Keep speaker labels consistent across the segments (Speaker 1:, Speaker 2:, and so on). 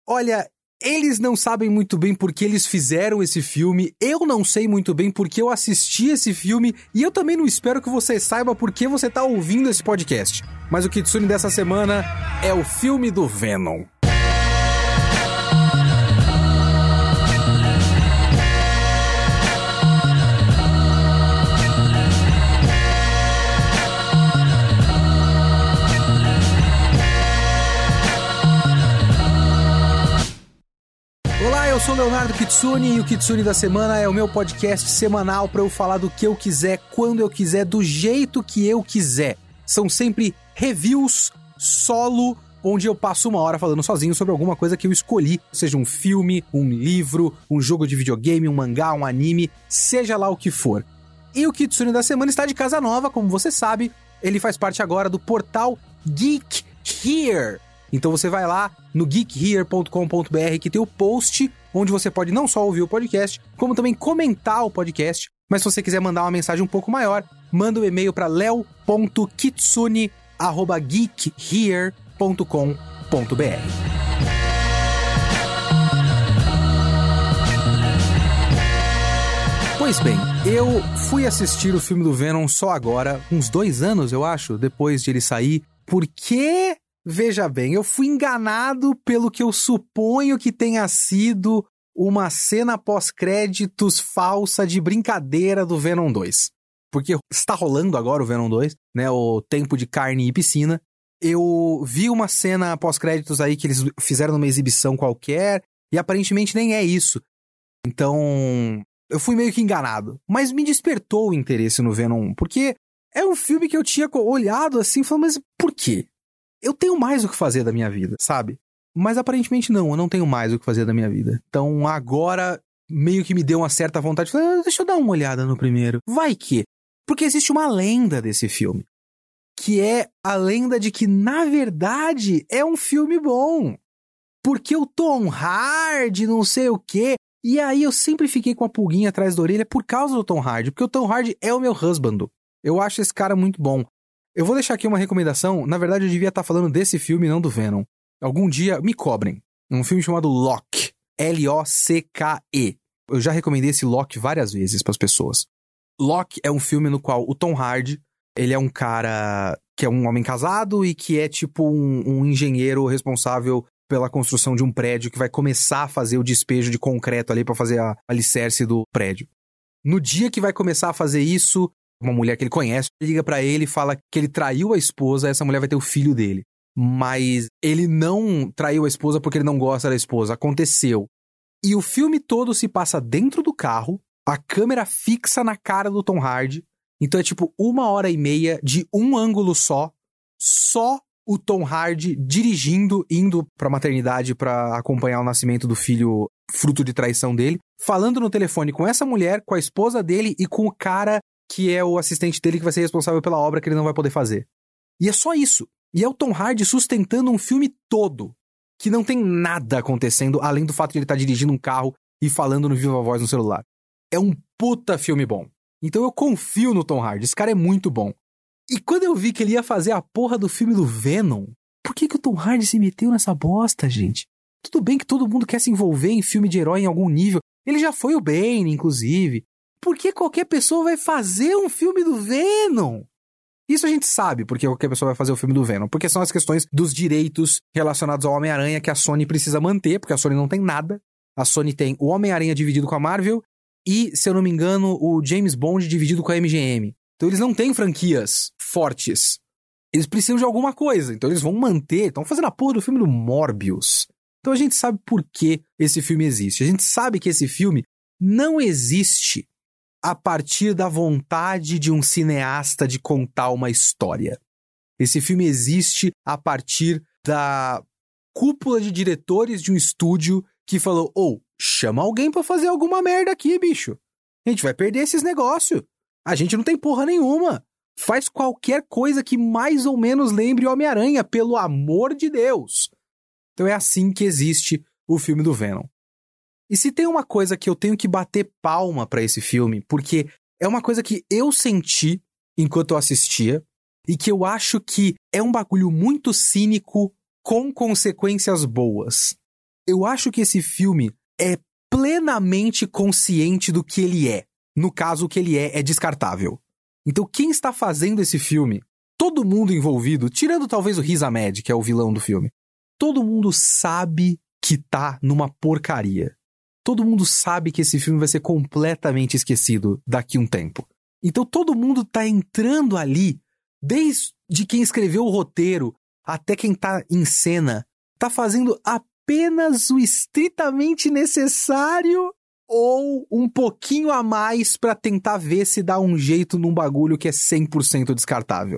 Speaker 1: Olha, eles não sabem muito bem por que eles fizeram esse filme, eu não sei muito bem por que eu assisti esse filme, e eu também não espero que você saiba por que você tá ouvindo esse podcast. Mas o Kitsune dessa semana é o filme do Venom. Eu sou o Leonardo Kitsune e o Kitsune da Semana é o meu podcast semanal para eu falar do que eu quiser, quando eu quiser, do jeito que eu quiser. São sempre reviews solo, onde eu passo uma hora falando sozinho sobre alguma coisa que eu escolhi, seja um filme, um livro, um jogo de videogame, um mangá, um anime, seja lá o que for. E o Kitsune da Semana está de casa nova, como você sabe, ele faz parte agora do portal Geek Here. Então você vai lá no geekhere.com.br que tem o post onde você pode não só ouvir o podcast, como também comentar o podcast. Mas se você quiser mandar uma mensagem um pouco maior, manda um e-mail para leo.kitsune@geekhere.com.br. Pois bem, eu fui assistir o filme do Venom só agora, uns 2 anos, eu acho, depois de ele sair, porque... Veja bem, eu fui enganado pelo que eu suponho que tenha sido uma cena pós-créditos falsa de brincadeira do Venom 2. Porque está rolando agora o Venom 2, né, o Tempo de Carne e Piscina. Eu vi uma cena pós-créditos aí que eles fizeram numa exibição qualquer, e aparentemente nem é isso. Então, eu fui meio que enganado. Mas me despertou o interesse no Venom 1, porque é um filme que eu tinha olhado assim e falado, mas por quê? Eu tenho mais o que fazer da minha vida, sabe? Mas aparentemente não, eu não tenho mais o que fazer da minha vida. Então agora meio que me deu uma certa vontade de falar, deixa eu dar uma olhada no primeiro. Vai que? Porque existe uma lenda desse filme. Que é a lenda de que, na verdade, é um filme bom. Porque o Tom Hardy, não sei o quê. E aí eu sempre fiquei com a pulguinha atrás da orelha por causa do Tom Hardy. Porque o Tom Hardy é o meu husband. Eu acho esse cara muito bom. Eu vou deixar aqui uma recomendação. Na verdade, eu devia estar falando desse filme, não do Venom. Algum dia, me cobrem. Um filme chamado Locke. L-O-C-K-E. Eu já recomendei esse Locke várias vezes para as pessoas. Locke é um filme no qual o Tom Hardy, ele é um cara que é um homem casado e que é tipo um engenheiro responsável pela construção de um prédio que vai começar a fazer o despejo de concreto ali para fazer a alicerce do prédio. No dia que vai começar a fazer isso... Uma mulher que ele conhece, liga pra ele e fala que ele traiu a esposa, essa mulher vai ter o filho dele. Mas ele não traiu a esposa porque ele não gosta da esposa. Aconteceu. E o filme todo se passa dentro do carro, a câmera fixa na cara do Tom Hardy. Então é tipo 1h30 de um ângulo só o Tom Hardy dirigindo, indo pra maternidade pra acompanhar o nascimento do filho fruto de traição dele, falando no telefone com essa mulher, com a esposa dele e com o cara que é o assistente dele que vai ser responsável pela obra que ele não vai poder fazer. E é só isso. E é o Tom Hardy sustentando um filme todo, que não tem nada acontecendo, além do fato de ele estar dirigindo um carro e falando no viva voz no celular. É um puta filme bom. Então eu confio no Tom Hardy, esse cara é muito bom. E quando eu vi que ele ia fazer a porra do filme do Venom, por que o Tom Hardy se meteu nessa bosta, gente? Tudo bem que todo mundo quer se envolver em filme de herói em algum nível. Ele já foi o Bane, inclusive. Por que qualquer pessoa vai fazer um filme do Venom? Isso a gente sabe porque qualquer pessoa vai fazer o filme do Venom. Porque são as questões dos direitos relacionados ao Homem-Aranha que a Sony precisa manter, porque a Sony não tem nada. A Sony tem o Homem-Aranha dividido com a Marvel e, se eu não me engano, o James Bond dividido com a MGM. Então eles não têm franquias fortes. Eles precisam de alguma coisa. Então eles vão manter. Estão fazendo a porra do filme do Morbius. Então a gente sabe por que esse filme existe. A gente sabe que esse filme não existe a partir da vontade de um cineasta de contar uma história. Esse filme existe a partir da cúpula de diretores de um estúdio que falou, chama alguém pra fazer alguma merda aqui, bicho. A gente vai perder esses negócios. A gente não tem porra nenhuma. Faz qualquer coisa que mais ou menos lembre Homem-Aranha, pelo amor de Deus. Então é assim que existe o filme do Venom. E se tem uma coisa que eu tenho que bater palma pra esse filme, porque é uma coisa que eu senti enquanto eu assistia, e que eu acho que é um bagulho muito cínico com consequências boas. Eu acho que esse filme é plenamente consciente do que ele é. No caso, o que ele é descartável. Então, quem está fazendo esse filme, todo mundo envolvido, tirando talvez o Riz Ahmed, que é o vilão do filme, todo mundo sabe que tá numa porcaria. Todo mundo sabe que esse filme vai ser completamente esquecido daqui a um tempo. Então, todo mundo tá entrando ali, desde quem escreveu o roteiro até quem tá em cena, tá fazendo apenas o estritamente necessário ou um pouquinho a mais pra tentar ver se dá um jeito num bagulho que é 100% descartável.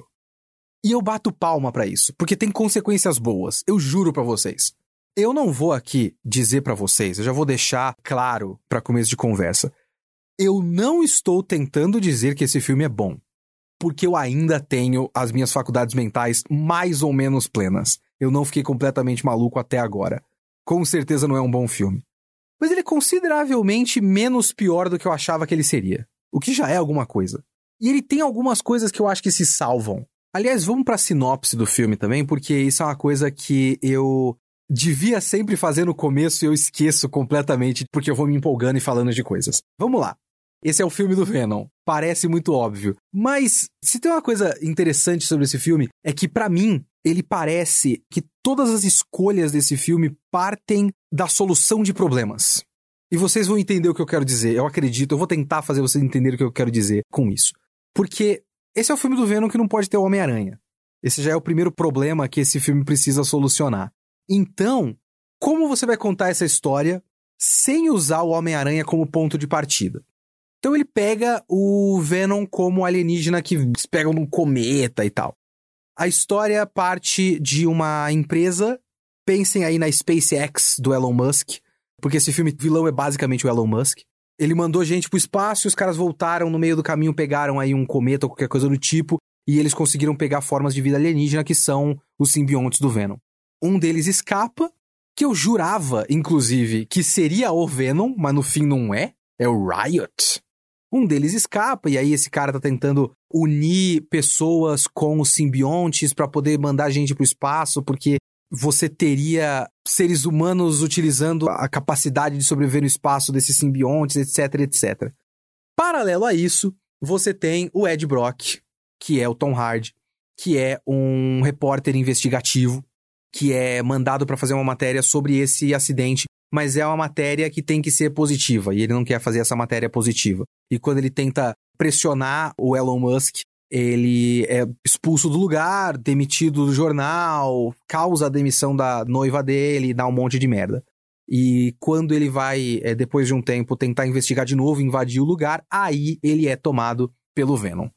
Speaker 1: E eu bato palma pra isso, porque tem consequências boas, eu juro pra vocês. Eu não vou aqui dizer pra vocês, eu já vou deixar claro pra começo de conversa. Eu não estou tentando dizer que esse filme é bom, porque eu ainda tenho as minhas faculdades mentais mais ou menos plenas. Eu não fiquei completamente maluco até agora. Com certeza não é um bom filme. Mas ele é consideravelmente menos pior do que eu achava que ele seria. O que já é alguma coisa. E ele tem algumas coisas que eu acho que se salvam. Aliás, vamos pra sinopse do filme também, porque isso é uma coisa que eu devia sempre fazer no começo e eu esqueço completamente, porque eu vou me empolgando e falando de coisas. Vamos lá. Esse é o filme do Venom. Parece muito óbvio. Mas, se tem uma coisa interessante sobre esse filme, é que, pra mim, ele parece que todas as escolhas desse filme partem da solução de problemas. E vocês vão entender o que eu quero dizer. Eu acredito, eu vou tentar fazer vocês entenderem o que eu quero dizer com isso. Porque esse é o filme do Venom que não pode ter o Homem-Aranha. Esse já é o primeiro problema que esse filme precisa solucionar. Então, como você vai contar essa história sem usar o Homem-Aranha como ponto de partida? Então ele pega o Venom como alienígena que eles pegam num cometa e tal. A história parte de uma empresa, pensem aí na SpaceX do Elon Musk, porque esse filme vilão é basicamente o Elon Musk. Ele mandou gente pro espaço e os caras voltaram no meio do caminho, pegaram aí um cometa ou qualquer coisa do tipo, e eles conseguiram pegar formas de vida alienígena que são os simbiontes do Venom. Um deles escapa, que eu jurava, inclusive, que seria o Venom, mas no fim não é. É o Riot. Um deles escapa, e aí esse cara tá tentando unir pessoas com os simbiontes pra poder mandar gente pro espaço, porque você teria seres humanos utilizando a capacidade de sobreviver no espaço desses simbiontes, etc, etc. Paralelo a isso, você tem o Ed Brock, que é o Tom Hardy, que é um repórter investigativo, que é mandado pra fazer uma matéria sobre esse acidente, mas é uma matéria que tem que ser positiva, e ele não quer fazer essa matéria positiva. E quando ele tenta pressionar o Elon Musk, ele é expulso do lugar, demitido do jornal, causa a demissão da noiva dele, dá um monte de merda. E quando ele vai, depois de um tempo, tentar investigar de novo, invadir o lugar, aí ele é tomado pelo Venom.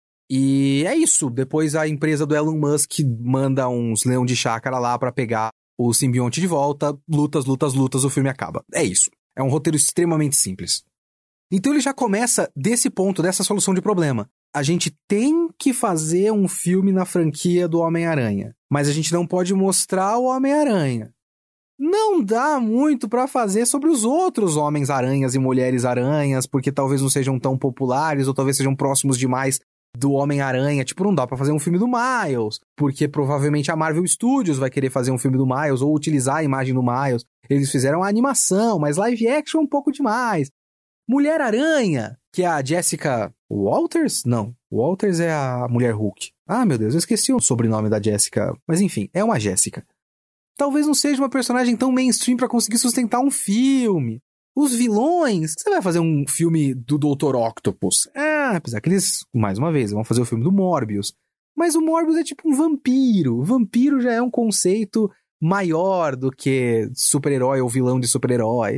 Speaker 1: E é isso. Depois a empresa do Elon Musk manda uns leão de chácara lá pra pegar o simbionte de volta, lutas, o filme acaba. É isso. É um roteiro extremamente simples. Então ele já começa desse ponto, dessa solução de problema. A gente tem que fazer um filme na franquia do Homem-Aranha, mas a gente não pode mostrar o Homem-Aranha. Não dá muito pra fazer sobre os outros Homens-Aranhas e Mulheres-Aranhas, porque talvez não sejam tão populares ou talvez sejam próximos demais do Homem-Aranha. Tipo, não dá pra fazer um filme do Miles, porque provavelmente a Marvel Studios vai querer fazer um filme do Miles ou utilizar a imagem do Miles. Eles fizeram a animação, mas live action é um pouco demais. Mulher-Aranha, que é a Jessica Walters? Não, Walters é a Mulher Hulk. Ah, meu Deus, eu esqueci o sobrenome da Jessica. Mas enfim, é uma Jessica. Talvez não seja uma personagem tão mainstream pra conseguir sustentar um filme. Os vilões, você vai fazer um filme do Dr. Octopus. Apesar que eles, mais uma vez, vão fazer o filme do Morbius. Mas o Morbius é tipo um vampiro. Vampiro já é um conceito maior do que super-herói ou vilão de super-herói.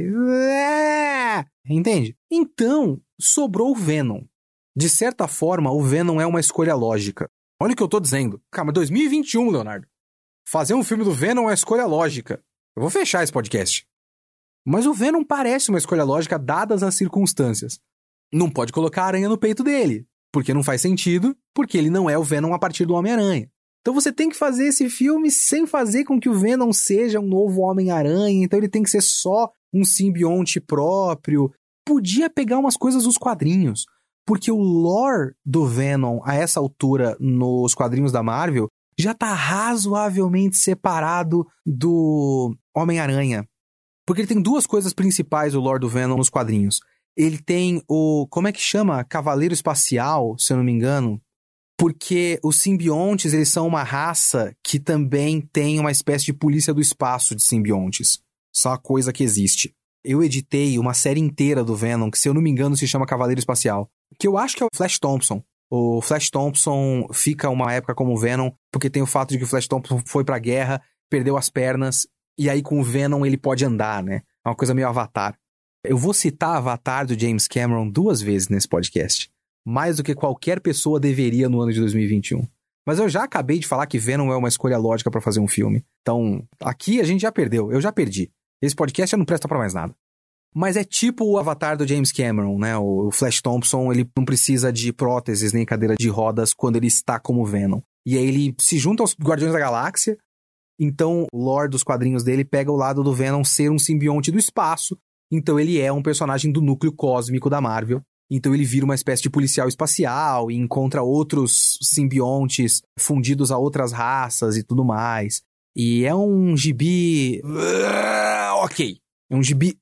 Speaker 1: Entende? Então, sobrou o Venom. De certa forma, o Venom é uma escolha lógica. Olha o que eu tô dizendo. Calma, 2021, Leonardo. Fazer um filme do Venom é uma escolha lógica. Eu vou fechar esse podcast. Mas o Venom parece uma escolha lógica dadas as circunstâncias. Não pode colocar a aranha no peito dele, porque não faz sentido, porque ele não é o Venom a partir do Homem-Aranha. Então você tem que fazer esse filme sem fazer com que o Venom seja um novo Homem-Aranha, então ele tem que ser só um simbionte próprio. Podia pegar umas coisas dos quadrinhos, porque o lore do Venom, a essa altura, nos quadrinhos da Marvel, já tá razoavelmente separado do Homem-Aranha. Porque ele tem duas coisas principais, o lore do Venom, nos quadrinhos. Ele tem como é que chama? Cavaleiro Espacial, se eu não me engano. Porque os simbiontes, eles são uma raça que também tem uma espécie de polícia do espaço de simbiontes. Só uma coisa que existe. Eu editei uma série inteira do Venom, que se eu não me engano se chama Cavaleiro Espacial. Que eu acho que é o Flash Thompson. O Flash Thompson fica uma época como Venom, porque tem o fato de que o Flash Thompson foi pra guerra, perdeu as pernas, e aí com o Venom ele pode andar, né? É uma coisa meio Avatar. Eu vou citar Avatar do James Cameron 2 vezes nesse podcast. Mais do que qualquer pessoa deveria no ano de 2021. Mas eu já acabei de falar que Venom é uma escolha lógica pra fazer um filme. Então, aqui a gente já perdeu, eu já perdi. Esse podcast já não presta pra mais nada. Mas é tipo o Avatar do James Cameron, né? O Flash Thompson, ele não precisa de próteses nem cadeira de rodas quando ele está como Venom. E aí ele se junta aos Guardiões da Galáxia. Então, o lore dos quadrinhos dele pega o lado do Venom ser um simbionte do espaço. Então, ele é um personagem do núcleo cósmico da Marvel. Então, ele vira uma espécie de policial espacial e encontra outros simbiontes fundidos a outras raças e tudo mais. E é um gibi... ok. É um gibi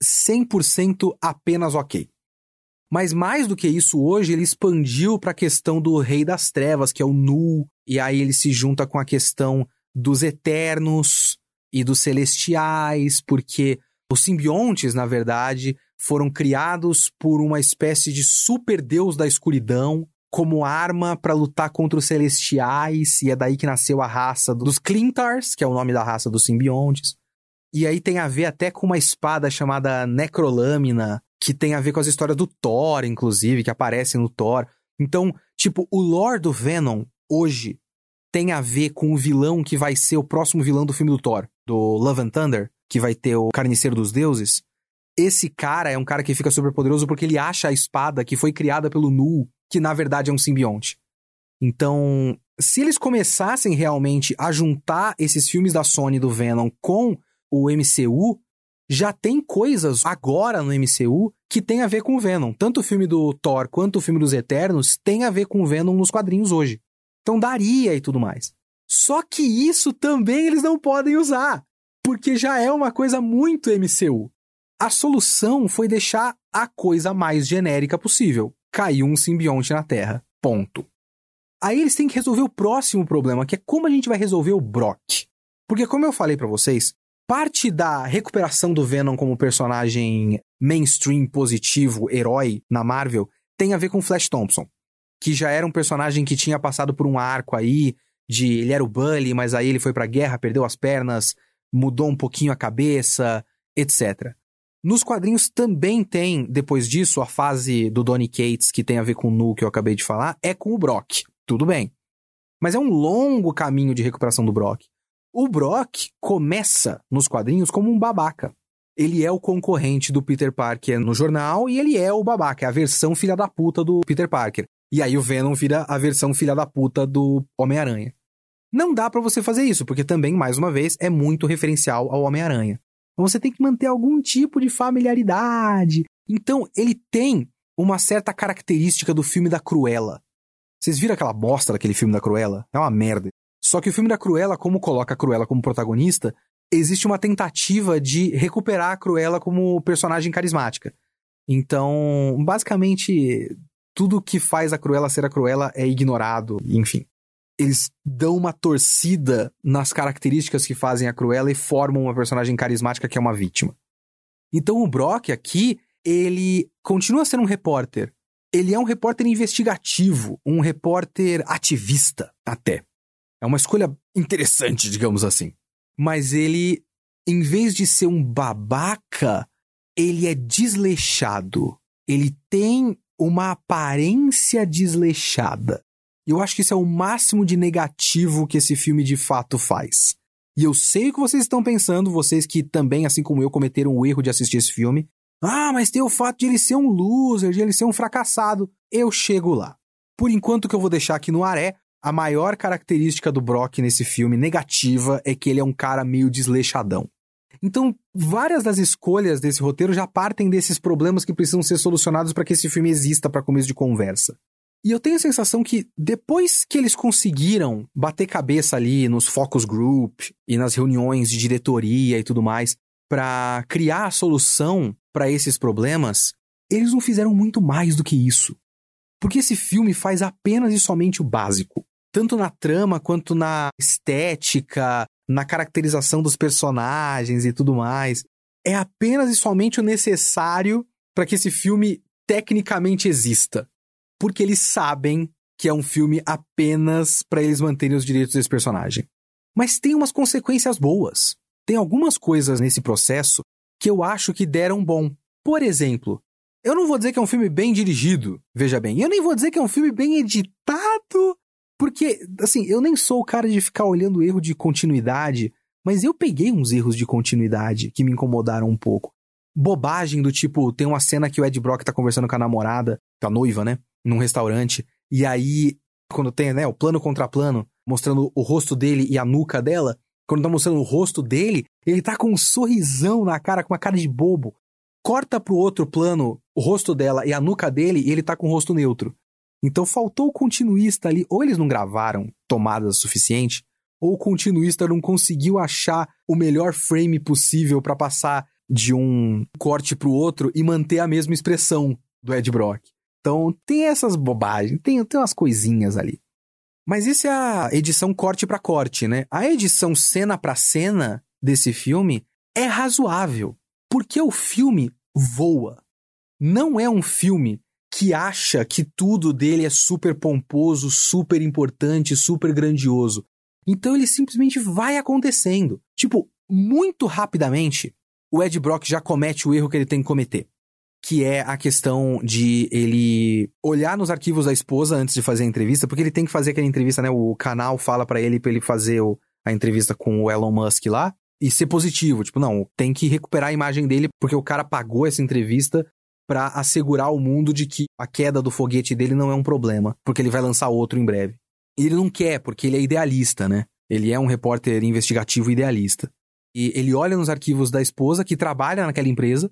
Speaker 1: 100% apenas ok. Mas mais do que isso, hoje ele expandiu para a questão do Rei das Trevas, que é o Nu, e aí ele se junta com a questão dos Eternos e dos Celestiais, porque os simbiontes, na verdade, foram criados por uma espécie de super deus da escuridão como arma para lutar contra os Celestiais, e é daí que nasceu a raça dos Clintars, que é o nome da raça dos simbiontes. E aí tem a ver até com uma espada chamada Necrolâmina, que tem a ver com as histórias do Thor, inclusive, que aparece no Thor. Então, tipo, o lore do Venom, hoje, tem a ver com o vilão que vai ser o próximo vilão do filme do Thor, do Love and Thunder, que vai ter o Carniceiro dos Deuses. Esse cara é um cara que fica super poderoso porque ele acha a espada que foi criada pelo Nu, que na verdade é um simbionte. Então, se eles começassem realmente a juntar esses filmes da Sony do Venom com o MCU, já tem coisas agora no MCU que tem a ver com o Venom. Tanto o filme do Thor quanto o filme dos Eternos tem a ver com o Venom nos quadrinhos hoje. Então daria e tudo mais. Só que isso também eles não podem usar, porque já é uma coisa muito MCU. A solução foi deixar a coisa mais genérica possível. Caiu um simbionte na Terra. Ponto. Aí eles têm que resolver o próximo problema, que é como a gente vai resolver o Brock. Porque como eu falei pra vocês, parte da recuperação do Venom como personagem mainstream, positivo, herói na Marvel, tem a ver com Flash Thompson, que já era um personagem que tinha passado por um arco aí, ele era o Bully, mas aí ele foi pra guerra, perdeu as pernas, mudou um pouquinho a cabeça, etc. Nos quadrinhos também tem, depois disso, a fase do Donny Cates, que tem a ver com o Nu, que eu acabei de falar, é com o Brock. Tudo bem. Mas é um longo caminho de recuperação do Brock. O Brock começa nos quadrinhos como um babaca. Ele é o concorrente do Peter Parker no jornal e ele é o babaca, é a versão filha da puta do Peter Parker. E aí o Venom vira a versão filha da puta do Homem-Aranha. Não dá pra você fazer isso, porque também, mais uma vez, é muito referencial ao Homem-Aranha. Então você tem que manter algum tipo de familiaridade. Então ele tem uma certa característica do filme da Cruella. Vocês viram aquela bosta daquele filme da Cruella? É uma merda. Só que o filme da Cruella, como coloca a Cruella como protagonista, existe uma tentativa de recuperar a Cruella como personagem carismática. Então, basicamente, tudo que faz a Cruella ser a Cruella é ignorado, enfim. Eles dão uma torcida nas características que fazem a Cruella e formam uma personagem carismática que é uma vítima. Então o Brock aqui, ele continua sendo um repórter. Ele é um repórter investigativo, um repórter ativista, até. É uma escolha interessante, digamos assim. Mas ele, em vez de ser um babaca, ele é desleixado. Ele tem uma aparência desleixada. E eu acho que isso é o máximo de negativo que esse filme de fato faz. E eu sei o que vocês estão pensando, vocês que também, assim como eu, cometeram o erro de assistir esse filme. Ah, mas tem o fato de ele ser um loser, de ele ser um fracassado. Eu chego lá. Por enquanto, o que eu vou deixar aqui no ar é a maior característica do Brock nesse filme, negativa, é que ele é um cara meio desleixadão. Então, várias das escolhas desse roteiro já partem desses problemas que precisam ser solucionados para que esse filme exista para começo de conversa. E eu tenho a sensação que depois que eles conseguiram bater cabeça ali nos focus group e nas reuniões de diretoria e tudo mais, pra criar a solução pra esses problemas, eles não fizeram muito mais do que isso. Porque esse filme faz apenas e somente o básico. Tanto na trama, quanto na estética, na caracterização dos personagens e tudo mais. É apenas e somente o necessário para que esse filme tecnicamente exista. Porque eles sabem que é um filme apenas para eles manterem os direitos desse personagem. Mas tem umas consequências boas. Tem algumas coisas nesse processo que eu acho que deram bom. Por exemplo, eu não vou dizer que é um filme bem dirigido, veja bem. Eu nem vou dizer que é um filme bem editado, porque, assim, eu nem sou o cara de ficar olhando erro de continuidade, mas eu peguei uns erros de continuidade que me incomodaram um pouco. Bobagem do tipo, tem uma cena que o Ed Brock tá conversando com a namorada, com a noiva, né, num restaurante, e aí, quando tem, né, o plano contra plano, mostrando o rosto dele e a nuca dela, quando tá mostrando o rosto dele, ele tá com um sorrisão na cara, com uma cara de bobo. Corta pro outro plano o rosto dela e a nuca dele e ele tá com o rosto neutro. Então faltou o continuista ali, ou eles não gravaram tomadas o suficiente, ou o continuista não conseguiu achar o melhor frame possível pra passar de um corte pro outro e manter a mesma expressão do Ed Brock. Então tem essas bobagens, tem umas coisinhas ali. Mas isso é a edição corte pra corte, né? A edição cena pra cena desse filme é razoável, porque o filme voa. Não é um filme que acha que tudo dele é super pomposo, super importante, super grandioso. Então ele simplesmente vai acontecendo. Tipo, muito rapidamente, o Ed Brock já comete o erro que ele tem que cometer. Que é a questão de ele olhar nos arquivos da esposa antes de fazer a entrevista, porque ele tem que fazer aquela entrevista, né? O canal fala pra ele fazer a entrevista com o Elon Musk lá e ser positivo. Tipo, não, tem que recuperar a imagem dele porque o cara pagou essa entrevista pra assegurar ao mundo de que a queda do foguete dele não é um problema, porque ele vai lançar outro em breve. E ele não quer, porque ele é idealista, né? Ele é um repórter investigativo idealista. E ele olha nos arquivos da esposa, que trabalha naquela empresa,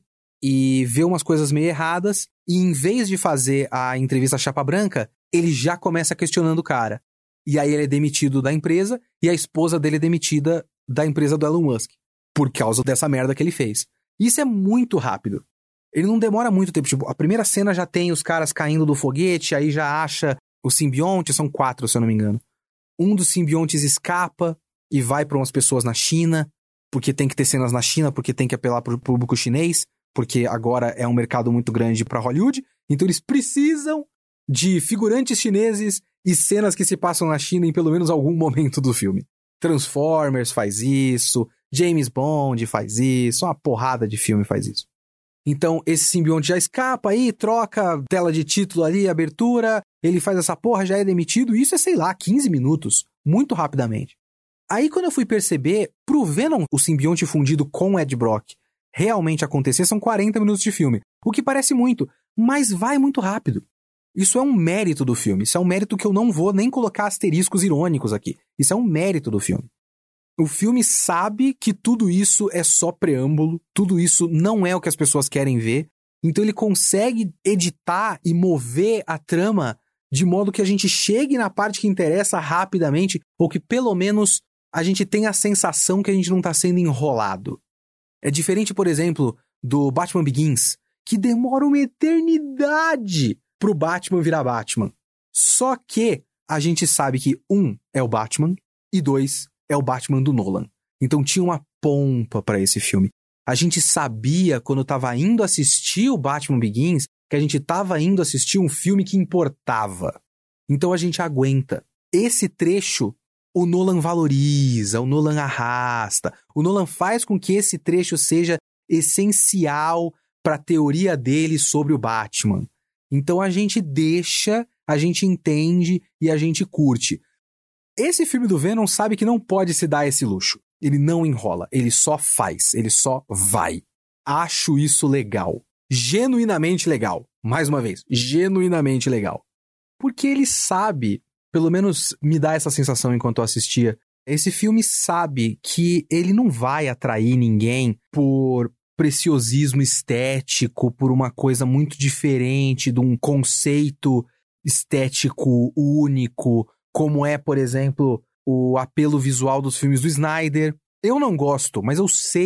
Speaker 1: e vê umas coisas meio erradas, e em vez de fazer a entrevista chapa branca, ele já começa questionando o cara. E aí ele é demitido da empresa, e a esposa dele é demitida da empresa do Elon Musk, por causa dessa merda que ele fez. Isso é muito rápido. Ele não demora muito tempo. Tipo, a primeira cena já tem os caras caindo do foguete, aí já acha o simbionte, são 4, se eu não me engano. Um dos simbiontes escapa e vai para umas pessoas na China, porque tem que ter cenas na China, porque tem que apelar pro público chinês, porque agora é um mercado muito grande para Hollywood, então eles precisam de figurantes chineses e cenas que se passam na China em pelo menos algum momento do filme. Transformers faz isso, James Bond faz isso, uma porrada de filme faz isso. Então esse simbionte já escapa aí, troca tela de título ali, abertura, ele faz essa porra, já é demitido, e isso é, sei lá, 15 minutos, muito rapidamente. Aí quando eu fui perceber, pro Venom, o simbionte fundido com o Ed Brock, realmente acontecer, são 40 minutos de filme. O que parece muito, mas vai muito rápido. Isso é um mérito do filme. Isso é um mérito que eu não vou nem colocar asteriscos irônicos aqui. Isso é um mérito do filme. O filme sabe que tudo isso é só preâmbulo, tudo isso não é o que as pessoas querem ver, então ele consegue editar e mover a trama de modo que a gente chegue na parte que interessa rapidamente, ou que pelo menos a gente tenha a sensação que a gente não está sendo enrolado. É diferente, por exemplo, do Batman Begins, que demora uma eternidade pro Batman virar Batman. Só que a gente sabe que 1 é o Batman e 2 é o Batman do Nolan. Então tinha uma pompa pra esse filme. A gente sabia, quando tava indo assistir o Batman Begins, que a gente tava indo assistir um filme que importava. Então a gente aguenta. Esse trecho o Nolan valoriza, o Nolan arrasta, o Nolan faz com que esse trecho seja essencial para a teoria dele sobre o Batman. Então a gente deixa, a gente entende e a gente curte. Esse filme do Venom sabe que não pode se dar esse luxo. Ele não enrola, ele só faz, ele só vai. Acho isso legal. Genuinamente legal. Mais uma vez, genuinamente legal. Porque ele sabe, pelo menos me dá essa sensação enquanto eu assistia, esse filme sabe que ele não vai atrair ninguém por preciosismo estético, por uma coisa muito diferente, de um conceito estético único, como é, por exemplo, o apelo visual dos filmes do Snyder. Eu não gosto, mas eu sei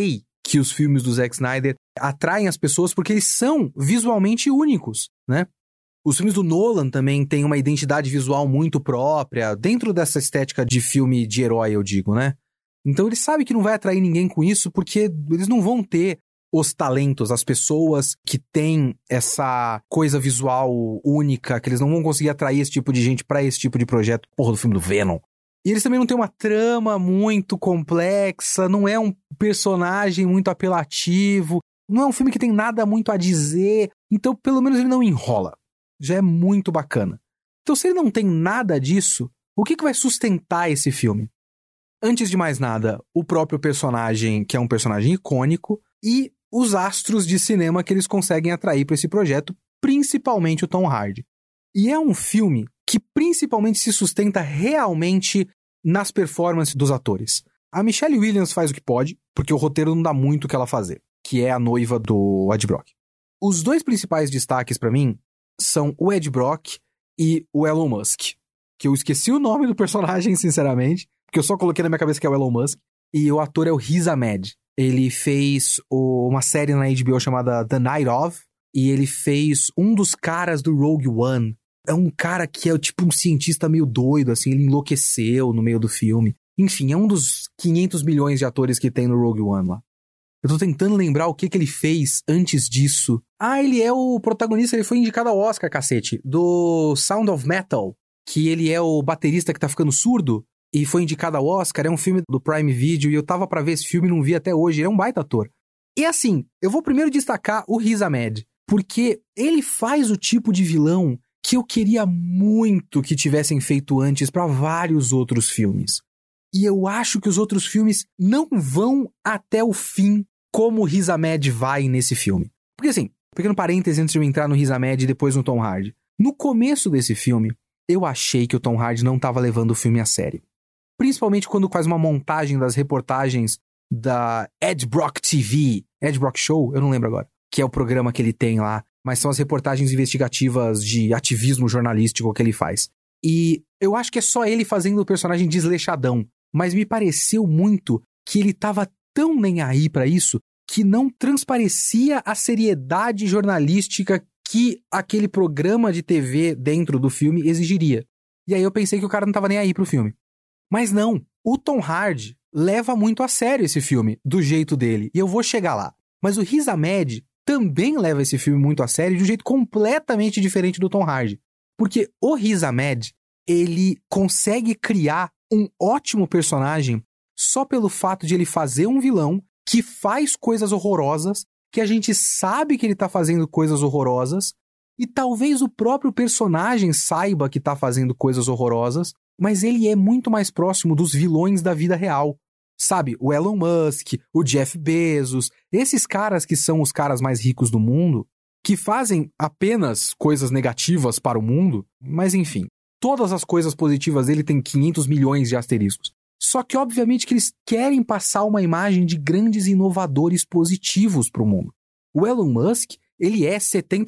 Speaker 1: que os filmes do Zack Snyder atraem as pessoas porque eles são visualmente únicos, né? Os filmes do Nolan também têm uma identidade visual muito própria, dentro dessa estética de filme de herói, eu digo, né? Então ele sabe que não vai atrair ninguém com isso, porque eles não vão ter os talentos, as pessoas que têm essa coisa visual única, que eles não vão conseguir atrair esse tipo de gente pra esse tipo de projeto, porra, do filme do Venom. E eles também não têm uma trama muito complexa, não é um personagem muito apelativo, não é um filme que tem nada muito a dizer, então pelo menos ele não enrola. Já é muito bacana. Então se ele não tem nada disso, o que vai sustentar esse filme? Antes de mais nada, o próprio personagem, que é um personagem icônico, e os astros de cinema que eles conseguem atrair para esse projeto, principalmente o Tom Hardy. E é um filme que principalmente se sustenta realmente nas performances dos atores. A Michelle Williams faz o que pode, porque o roteiro não dá muito o que ela fazer, que é a noiva do Ed Brock. Os dois principais destaques para mim são o Ed Brock e o Elon Musk, que eu esqueci o nome do personagem, sinceramente, porque eu só coloquei na minha cabeça que é o Elon Musk, e o ator é o Riz Ahmed. Ele fez uma série na HBO chamada The Night Of, e ele fez um dos caras do Rogue One. É um cara que é tipo um cientista meio doido, assim, ele enlouqueceu no meio do filme. Enfim, é um dos 500 milhões de atores que tem no Rogue One lá. Eu tô tentando lembrar o que ele fez antes disso. Ah, ele é o protagonista, ele foi indicado ao Oscar, cacete, do Sound of Metal, que ele é o baterista que tá ficando surdo, e foi indicado ao Oscar, é um filme do Prime Video, e eu tava pra ver esse filme e não vi até hoje, ele é um baita ator. E assim, eu vou primeiro destacar o Riz Ahmed, porque ele faz o tipo de vilão que eu queria muito que tivessem feito antes pra vários outros filmes. E eu acho que os outros filmes não vão até o fim como o Riz Ahmed vai nesse filme. Porque assim, pequeno parêntese antes de eu entrar no Riz Ahmed e depois no Tom Hardy. No começo desse filme, eu achei que o Tom Hardy não estava levando o filme a sério. Principalmente quando faz uma montagem das reportagens da Ed Brock TV, Ed Brock Show, eu não lembro agora, que é o programa que ele tem lá, mas são as reportagens investigativas de ativismo jornalístico que ele faz. E eu acho que é só ele fazendo o personagem desleixadão, mas me pareceu muito que ele tava tão nem aí pra isso que não transparecia a seriedade jornalística que aquele programa de TV dentro do filme exigiria. E aí eu pensei que o cara não tava nem aí pro filme. Mas não, o Tom Hardy leva muito a sério esse filme, do jeito dele, e eu vou chegar lá. Mas o Riz Ahmed também leva esse filme muito a sério de um jeito completamente diferente do Tom Hardy. Porque o Riz Ahmed, ele consegue criar um ótimo personagem só pelo fato de ele fazer um vilão que faz coisas horrorosas, que a gente sabe que ele tá fazendo coisas horrorosas, e talvez o próprio personagem saiba que tá fazendo coisas horrorosas, mas ele é muito mais próximo dos vilões da vida real. Sabe, o Elon Musk, o Jeff Bezos, esses caras que são os caras mais ricos do mundo, que fazem apenas coisas negativas para o mundo, mas enfim, todas as coisas positivas dele têm 500 milhões de asteriscos. Só que obviamente que eles querem passar uma imagem de grandes inovadores positivos para o mundo. O Elon Musk, ele é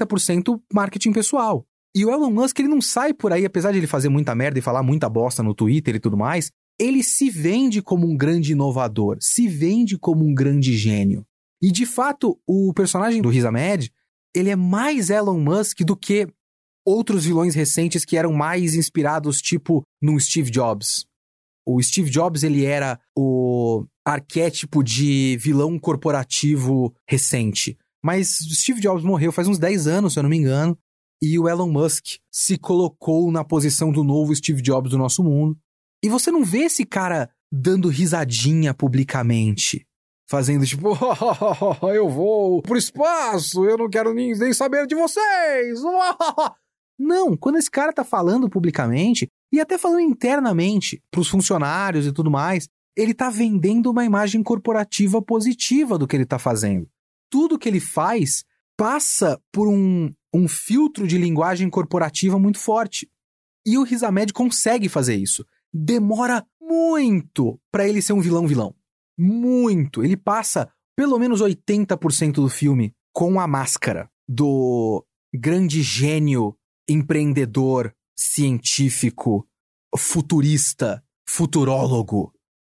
Speaker 1: 70% marketing pessoal. E o Elon Musk, ele não sai por aí, apesar de ele fazer muita merda e falar muita bosta no Twitter e tudo mais, ele se vende como um grande inovador, se vende como um grande gênio. E de fato, o personagem do Riz Ahmed, ele é mais Elon Musk do que outros vilões recentes que eram mais inspirados, tipo, no Steve Jobs. O Steve Jobs, ele era o arquétipo de vilão corporativo recente. Mas o Steve Jobs morreu faz uns 10 anos, se eu não me engano, e o Elon Musk se colocou na posição do novo Steve Jobs do nosso mundo. E você não vê esse cara dando risadinha publicamente, fazendo tipo, eu vou pro espaço, eu não quero nem saber de vocês. Não, quando esse cara tá falando publicamente, e até falando internamente pros funcionários e tudo mais, ele tá vendendo uma imagem corporativa positiva do que ele tá fazendo. Tudo que ele faz passa por um filtro de linguagem corporativa muito forte. E o Riz Ahmed consegue fazer isso. Demora muito pra ele ser um vilão. Muito. Ele passa pelo menos 80% do filme com a máscara do grande gênio, empreendedor, científico, futurista, futurólogo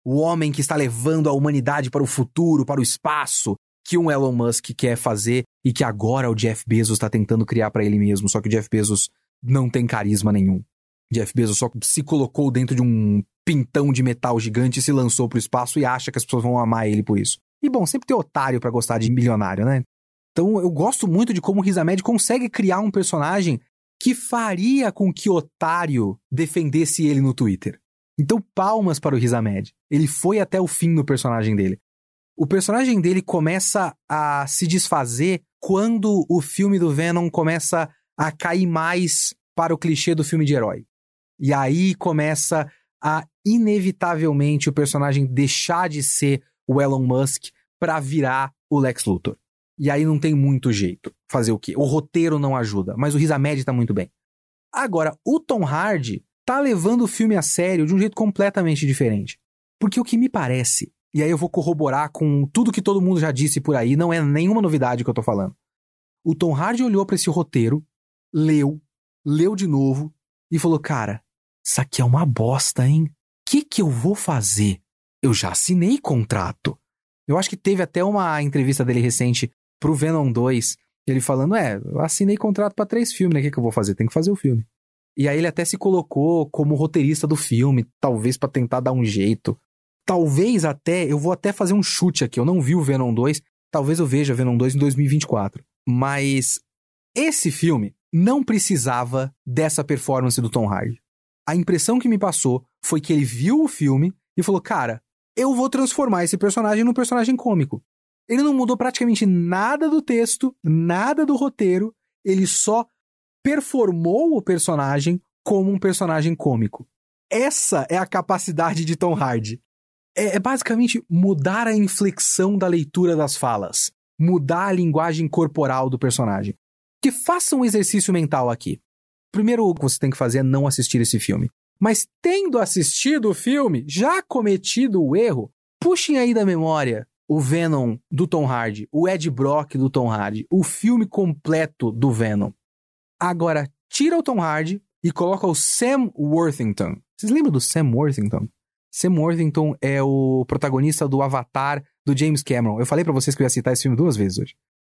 Speaker 1: o homem que está levando a humanidade para o futuro, para o espaço, que um Elon Musk quer fazer e que agora o Jeff Bezos está tentando criar para ele mesmo, só que o Jeff Bezos não tem carisma nenhum. Jeff Bezos só se colocou dentro de um pintão de metal gigante e se lançou pro espaço e acha que as pessoas vão amar ele por isso. E bom, sempre tem otário pra gostar de milionário, né? Então eu gosto muito de como o Riz Ahmed consegue criar um personagem que faria com que otário defendesse ele no Twitter. Então palmas para o Riz Ahmed. Ele foi até o fim no personagem dele. O personagem dele começa a se desfazer quando o filme do Venom começa a cair mais para o clichê do filme de herói. E aí começa a, inevitavelmente, o personagem deixar de ser o Elon Musk para virar o Lex Luthor. E aí não tem muito jeito. Fazer o quê? O roteiro não ajuda, mas o Riz Ahmed tá muito bem. Agora, o Tom Hardy tá levando o filme a sério de um jeito completamente diferente. Porque o que me parece, e aí eu vou corroborar com tudo que todo mundo já disse por aí, não é nenhuma novidade que eu tô falando. O Tom Hardy olhou pra esse roteiro, leu de novo e falou, cara, isso aqui é uma bosta, hein? O que eu vou fazer? Eu já assinei contrato. Eu acho que teve até uma entrevista dele recente pro Venom 2, ele falando, eu assinei contrato pra 3 filmes, né? O que eu vou fazer? Tem que fazer o filme. E aí ele até se colocou como roteirista do filme, talvez pra tentar dar um jeito. Talvez até, eu vou até fazer um chute aqui, eu não vi o Venom 2, talvez eu veja Venom 2 em 2024. Mas esse filme não precisava dessa performance do Tom Hardy. A impressão que me passou foi que ele viu o filme e falou, cara, eu vou transformar esse personagem num personagem cômico. Ele não mudou praticamente nada do texto, nada do roteiro, ele só performou o personagem como um personagem cômico. Essa é a capacidade de Tom Hardy. É basicamente mudar a inflexão da leitura das falas, mudar a linguagem corporal do personagem. Que faça um exercício mental aqui. Primeiro o que você tem que fazer é não assistir esse filme. Mas tendo assistido o filme, já cometido o erro, puxem aí da memória o Venom do Tom Hardy, o Ed Brock do Tom Hardy, o filme completo do Venom. Agora, tira o Tom Hardy e coloca o Sam Worthington. Vocês lembram do Sam Worthington? Sam Worthington é o protagonista do Avatar do James Cameron. Eu falei pra vocês que eu ia citar esse filme 2 vezes hoje.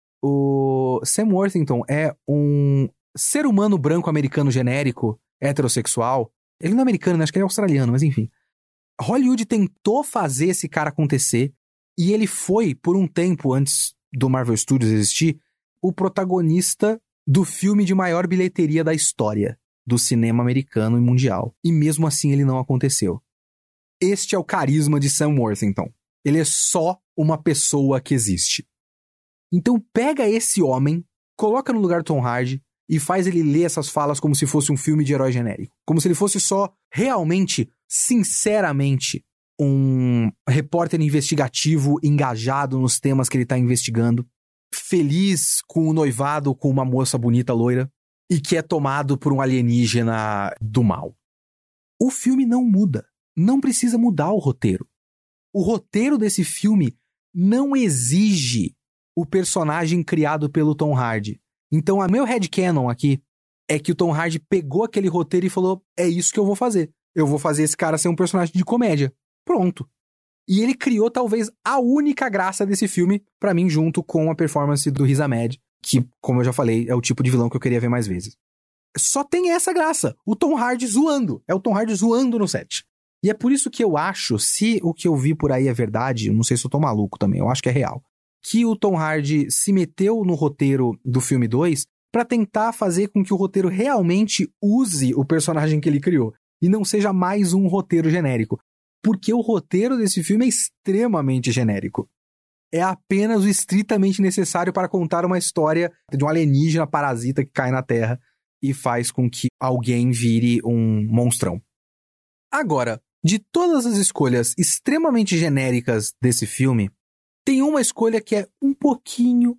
Speaker 1: O Sam Worthington é um ser humano branco americano genérico, heterossexual. Ele não é americano, né? Acho que ele é australiano, mas enfim. Hollywood tentou fazer esse cara acontecer e ele foi, por um tempo antes do Marvel Studios existir, o protagonista do filme de maior bilheteria da história do cinema americano e mundial. E mesmo assim ele não aconteceu. Este é o carisma de Sam Worthington. Ele é só uma pessoa que existe. Então pega esse homem, coloca no lugar do Tom Hardy e faz ele ler essas falas como se fosse um filme de herói genérico. Como se ele fosse só, realmente, sinceramente, um repórter investigativo engajado nos temas que ele está investigando, feliz com o noivado com uma moça bonita loira e que é tomado por um alienígena do mal. O filme não muda. Não precisa mudar o roteiro. O roteiro desse filme não exige o personagem criado pelo Tom Hardy. Então, a meu headcanon aqui é que o Tom Hardy pegou aquele roteiro e falou, é isso que eu vou fazer. Eu vou fazer esse cara ser um personagem de comédia. Pronto. E ele criou talvez a única graça desse filme, pra mim, junto com a performance do Riz Ahmed, que, como eu já falei, é o tipo de vilão que eu queria ver mais vezes. Só tem essa graça. O Tom Hardy zoando. É o Tom Hardy zoando no set. E é por isso que eu acho, se o que eu vi por aí é verdade, eu não sei se eu tô maluco também, eu acho que é real, que o Tom Hardy se meteu no roteiro do filme 2 pra tentar fazer com que o roteiro realmente use o personagem que ele criou e não seja mais um roteiro genérico. Porque o roteiro desse filme é extremamente genérico. É apenas o estritamente necessário para contar uma história de um alienígena parasita que cai na Terra e faz com que alguém vire um monstrão. Agora, de todas as escolhas extremamente genéricas desse filme, tem uma escolha que é um pouquinho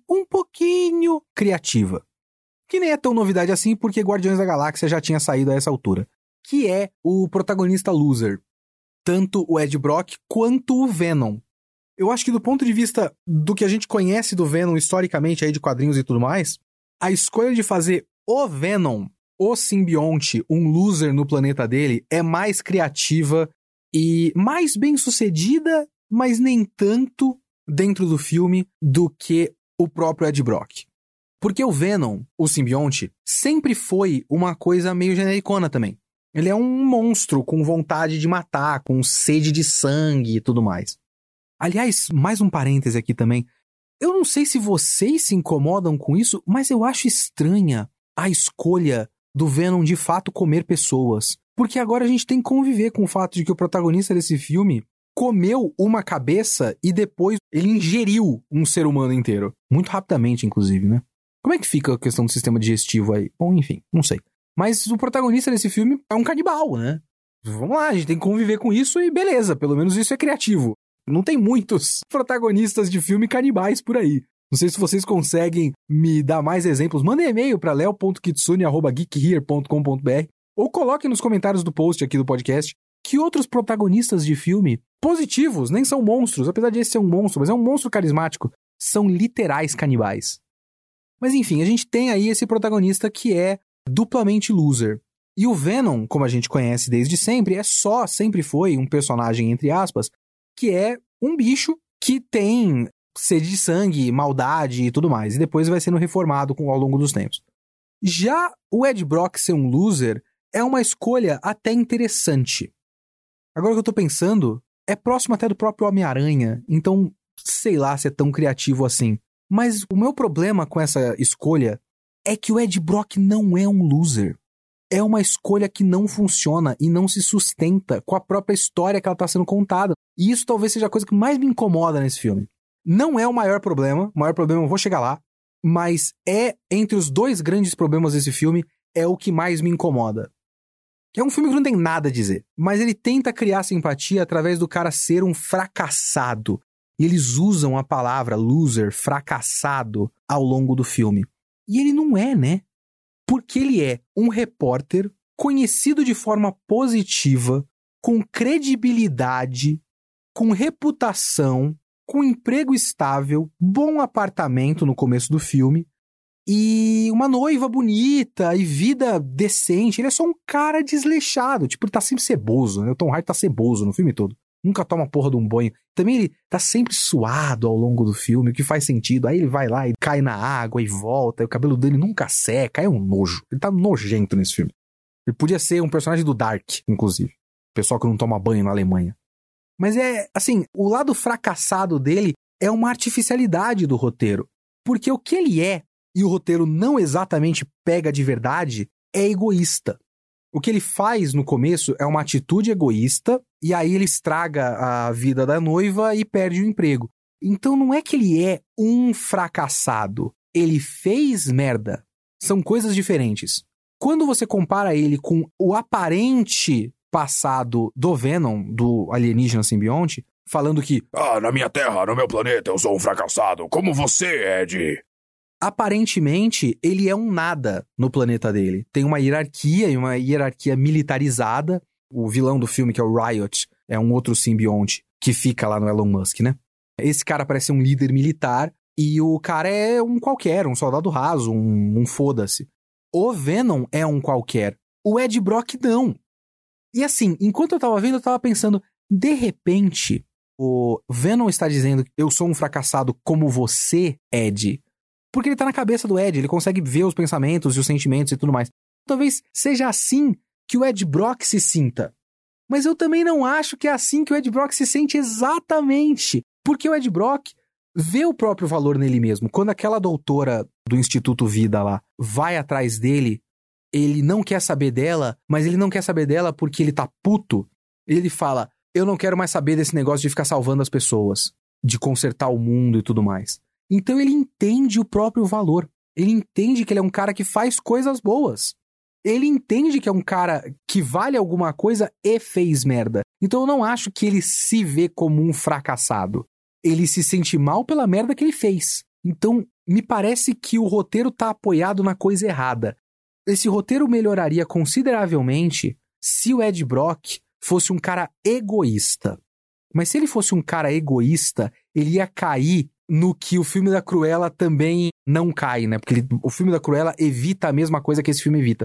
Speaker 1: criativa. Que nem é tão novidade assim, porque Guardiões da Galáxia já tinha saído a essa altura. Que é o protagonista loser. Tanto o Ed Brock quanto o Venom. Eu acho que do ponto de vista do que a gente conhece do Venom historicamente, aí de quadrinhos e tudo mais, a escolha de fazer o Venom, o simbionte, um loser no planeta dele, é mais criativa e mais bem sucedida, mas nem tanto dentro do filme do que o próprio Ed Brock. Porque o Venom, o simbionte, sempre foi uma coisa meio genericona também. Ele é um monstro com vontade de matar, com sede de sangue e tudo mais. Aliás, mais um parêntese aqui também. Eu não sei se vocês se incomodam com isso, mas eu acho estranha a escolha do Venom de fato comer pessoas. Porque agora a gente tem que conviver com o fato de que o protagonista desse filme comeu uma cabeça e depois ele ingeriu um ser humano inteiro. Muito rapidamente, inclusive, né? Como é que fica a questão do sistema digestivo aí? Bom, enfim, não sei. Mas o protagonista desse filme é um canibal, né? Vamos lá, a gente tem que conviver com isso e beleza, pelo menos isso é criativo. Não tem muitos protagonistas de filme canibais por aí. Não sei se vocês conseguem me dar mais exemplos. Mandem e-mail para leo.kitsune@geekhere.com.br ou coloquem nos comentários do post aqui do podcast que outros protagonistas de filme positivos, nem são monstros, apesar de esse ser um monstro, mas é um monstro carismático, são literais canibais. Mas enfim, a gente tem aí esse protagonista que é duplamente loser. E o Venom, como a gente conhece desde sempre, sempre foi um personagem, entre aspas, que é um bicho que tem sede de sangue, maldade e tudo mais. E depois vai sendo reformado ao longo dos tempos. Já o Ed Brock ser um loser é uma escolha até interessante. Agora que eu tô pensando, é próximo até do próprio Homem-Aranha, então sei lá se é tão criativo assim. Mas o meu problema com essa escolha é que o Ed Brock não é um loser. É uma escolha que não funciona e não se sustenta com a própria história que ela está sendo contada. E isso talvez seja a coisa que mais me incomoda nesse filme. Não é o maior problema eu vou chegar lá, mas entre os dois grandes problemas desse filme, é o que mais me incomoda. É um filme que não tem nada a dizer, mas ele tenta criar simpatia através do cara ser um fracassado. E eles usam a palavra loser, fracassado, ao longo do filme. E ele não é, né? Porque ele é um repórter conhecido de forma positiva, com credibilidade, com reputação, com emprego estável, bom apartamento no começo do filme, e uma noiva bonita e vida decente. Ele é só um cara desleixado, tipo, ele tá sempre ceboso, né? O Tom Hardy tá ceboso no filme todo. Nunca toma a porra de um banho. Também ele tá sempre suado ao longo do filme, o que faz sentido. Aí ele vai lá e cai na água e volta, e o cabelo dele nunca seca, é um nojo. Ele tá nojento nesse filme. Ele podia ser um personagem do Dark, inclusive. Pessoal que não toma banho na Alemanha. Mas o lado fracassado dele é uma artificialidade do roteiro. Porque o que ele é, e o roteiro não exatamente pega de verdade, é egoísta. O que ele faz no começo é uma atitude egoísta, e aí ele estraga a vida da noiva e perde o emprego. Então não é que ele é um fracassado. Ele fez merda. São coisas diferentes. Quando você compara ele com o aparente passado do Venom, do alienígena simbionte, falando que
Speaker 2: na minha terra, no meu planeta, eu sou um fracassado, como você, Ed.
Speaker 1: Aparentemente, ele é um nada no planeta dele. Tem uma hierarquia, e uma hierarquia militarizada. O vilão do filme, que é o Riot, é um outro simbionte que fica lá no Elon Musk, né? Esse cara parece um líder militar e o cara é um qualquer, um soldado raso, um foda-se. O Venom é um qualquer. O Ed Brock não. E assim, enquanto eu tava vendo, eu tava pensando, de repente, o Venom está dizendo que eu sou um fracassado como você, Ed. Porque ele tá na cabeça do Ed, ele consegue ver os pensamentos e os sentimentos e tudo mais. Talvez seja assim que o Ed Brock se sinta. Mas eu também não acho que é assim que o Ed Brock se sente exatamente. Porque o Ed Brock vê o próprio valor nele mesmo. Quando aquela doutora do Instituto Vida lá vai atrás dele, ele não quer saber dela, mas ele não quer saber dela porque ele tá puto. Ele fala, eu não quero mais saber desse negócio de ficar salvando as pessoas, de consertar o mundo e tudo mais. Então ele entende o próprio valor. Ele entende que ele é um cara que faz coisas boas. Ele entende que é um cara que vale alguma coisa e fez merda. Então eu não acho que ele se vê como um fracassado. Ele se sente mal pela merda que ele fez. Então me parece que o roteiro tá apoiado na coisa errada. Esse roteiro melhoraria consideravelmente se o Ed Brock fosse um cara egoísta. Mas se ele fosse um cara egoísta, ele ia cair no que o filme da Cruella também não cai, né? Porque o filme da Cruella evita a mesma coisa que esse filme evita.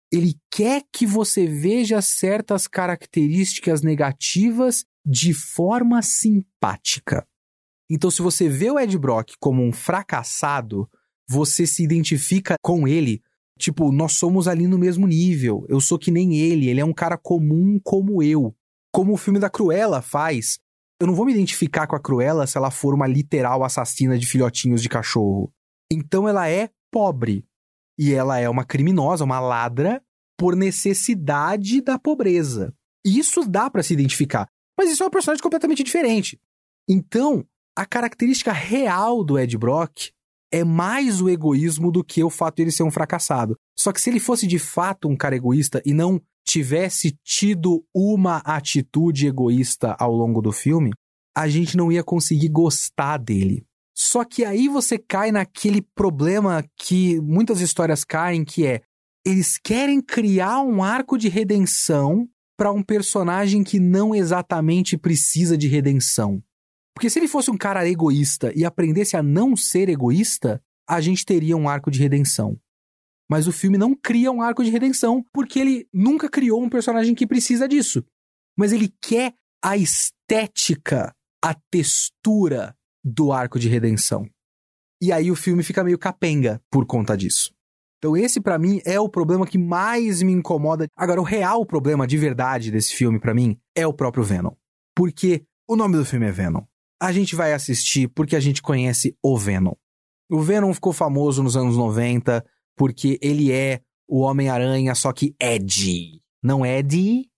Speaker 1: Ele quer que você veja certas características negativas de forma simpática. Então, se você vê o Ed Brock como um fracassado, você se identifica com ele. Tipo, nós somos ali no mesmo nível. Eu sou que nem ele é um cara comum como eu. Como o filme da Cruella faz. Eu não vou me identificar com a Cruella se ela for uma literal assassina de filhotinhos de cachorro. Então ela é pobre. E ela é uma criminosa, uma ladra, por necessidade da pobreza. E isso dá pra se identificar. Mas isso é um personagem completamente diferente. Então, a característica real do Ed Brock é mais o egoísmo do que o fato de ele ser um fracassado. Só que se ele fosse de fato um cara egoísta e não tivesse tido uma atitude egoísta ao longo do filme, a gente não ia conseguir gostar dele. Só que aí você cai naquele problema que muitas histórias caem, que é, eles querem criar um arco de redenção para um personagem que não exatamente precisa de redenção. Porque se ele fosse um cara egoísta e aprendesse a não ser egoísta, a gente teria um arco de redenção. Mas o filme não cria um arco de redenção, porque ele nunca criou um personagem que precisa disso. Mas ele quer a estética, a textura do arco de redenção. E aí o filme fica meio capenga por conta disso. Então esse pra mim é o problema que mais me incomoda. Agora, o real problema de verdade desse filme pra mim é o próprio Venom. Porque o nome do filme é Venom. A gente vai assistir porque a gente conhece o Venom. O Venom ficou famoso nos anos 90 porque ele é o Homem-Aranha, só que Ed. Não Ed.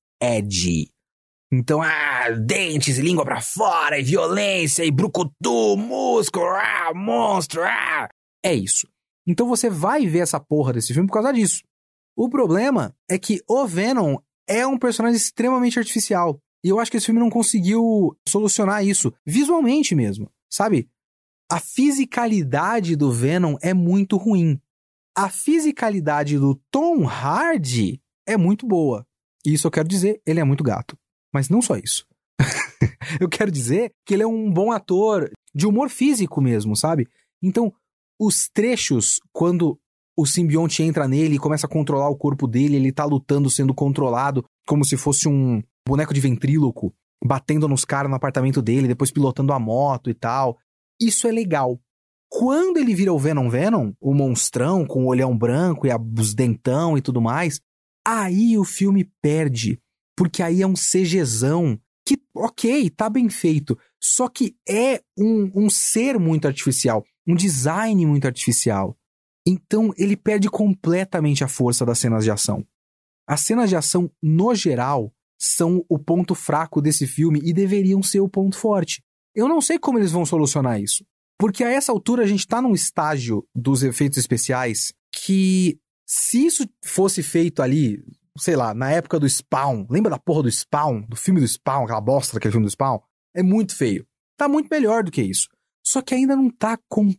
Speaker 1: Então, dentes e língua pra fora, e violência, e brucutu, músculo, monstro, É isso. Então você vai ver essa porra desse filme por causa disso. O problema é que o Venom é um personagem extremamente artificial. E eu acho que esse filme não conseguiu solucionar isso, visualmente mesmo, sabe? A fisicalidade do Venom é muito ruim. A fisicalidade do Tom Hardy é muito boa. E isso eu quero dizer, ele é muito gato. Mas não só isso. Eu quero dizer que ele é um bom ator de humor físico mesmo, sabe? Então, os trechos, quando o simbionte entra nele e começa a controlar o corpo dele, ele tá lutando, sendo controlado, como se fosse um boneco de ventríloco, batendo nos caras no apartamento dele, depois pilotando a moto e tal. Isso é legal. Quando ele vira o Venom, o monstrão com o olhão branco e os dentão e tudo mais, aí o filme perde. Porque aí é um CGzão que, ok, tá bem feito. Só que é um ser muito artificial. Um design muito artificial. Então ele perde completamente a força das cenas de ação. As cenas de ação, no geral, são o ponto fraco desse filme e deveriam ser o ponto forte. Eu não sei como eles vão solucionar isso. Porque a essa altura a gente tá num estágio dos efeitos especiais que, se isso fosse feito ali, sei lá, na época do Spawn, lembra da porra do Spawn? Do filme do Spawn, aquela bosta daquele filme do Spawn? É muito feio. Tá muito melhor do que isso. Só que ainda não tá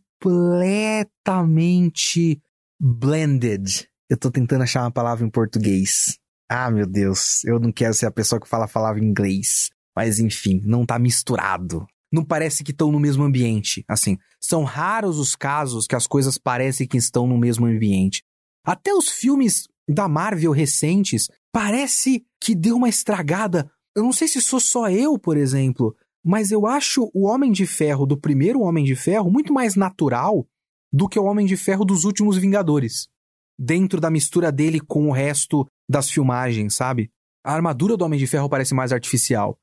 Speaker 1: completamente blended. Eu tô tentando achar uma palavra em português. Ah, meu Deus, eu não quero ser a pessoa que fala a palavra em inglês. Mas enfim, não tá misturado. Não parece que estão no mesmo ambiente. Assim, são raros os casos que as coisas parecem que estão no mesmo ambiente. Até os filmes da Marvel recentes, parece que deu uma estragada. Eu não sei se sou só eu, por exemplo, mas eu acho o Homem de Ferro do primeiro Homem de Ferro muito mais natural do que o Homem de Ferro dos últimos Vingadores. Dentro da mistura dele com o resto das filmagens, sabe? A armadura do Homem de Ferro parece mais artificial.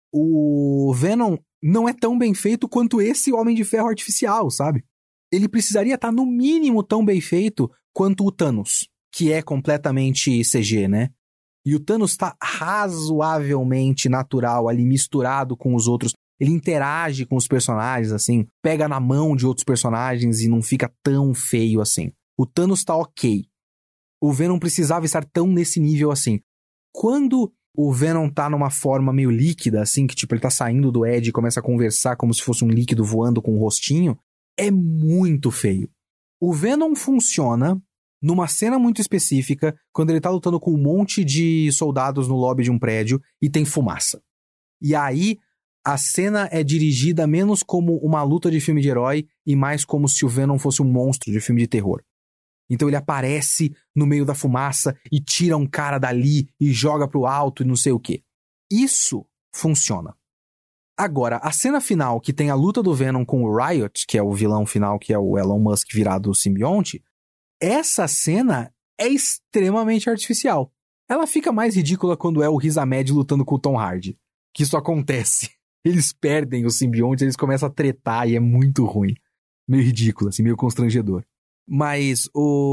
Speaker 1: O Venom não é tão bem feito quanto esse Homem de Ferro artificial, sabe? Ele precisaria estar no mínimo tão bem feito quanto o Thanos, que é completamente CG, né? E o Thanos tá razoavelmente natural ali, misturado com os outros. Ele interage com os personagens, assim, pega na mão de outros personagens e não fica tão feio assim. O Thanos tá ok. O Venom precisava estar tão nesse nível assim. Quando o Venom tá numa forma meio líquida, assim, que tipo, ele tá saindo do Ed e começa a conversar como se fosse um líquido voando com o rostinho, é muito feio. O Venom funciona numa cena muito específica, quando ele tá lutando com um monte de soldados no lobby de um prédio e tem fumaça. E aí, a cena é dirigida menos como uma luta de filme de herói e mais como se o Venom fosse um monstro de filme de terror. Então ele aparece no meio da fumaça e tira um cara dali e joga pro alto e não sei o quê. Isso funciona. Agora, a cena final que tem a luta do Venom com o Riot, que é o vilão final, que é o Elon Musk virado simbionte, essa cena é extremamente artificial. Ela fica mais ridícula quando é o Riz Ahmed lutando com o Tom Hardy. Que isso acontece. Eles perdem o simbionte, eles começam a tretar e é muito ruim. Meio ridículo, assim, meio constrangedor. Mas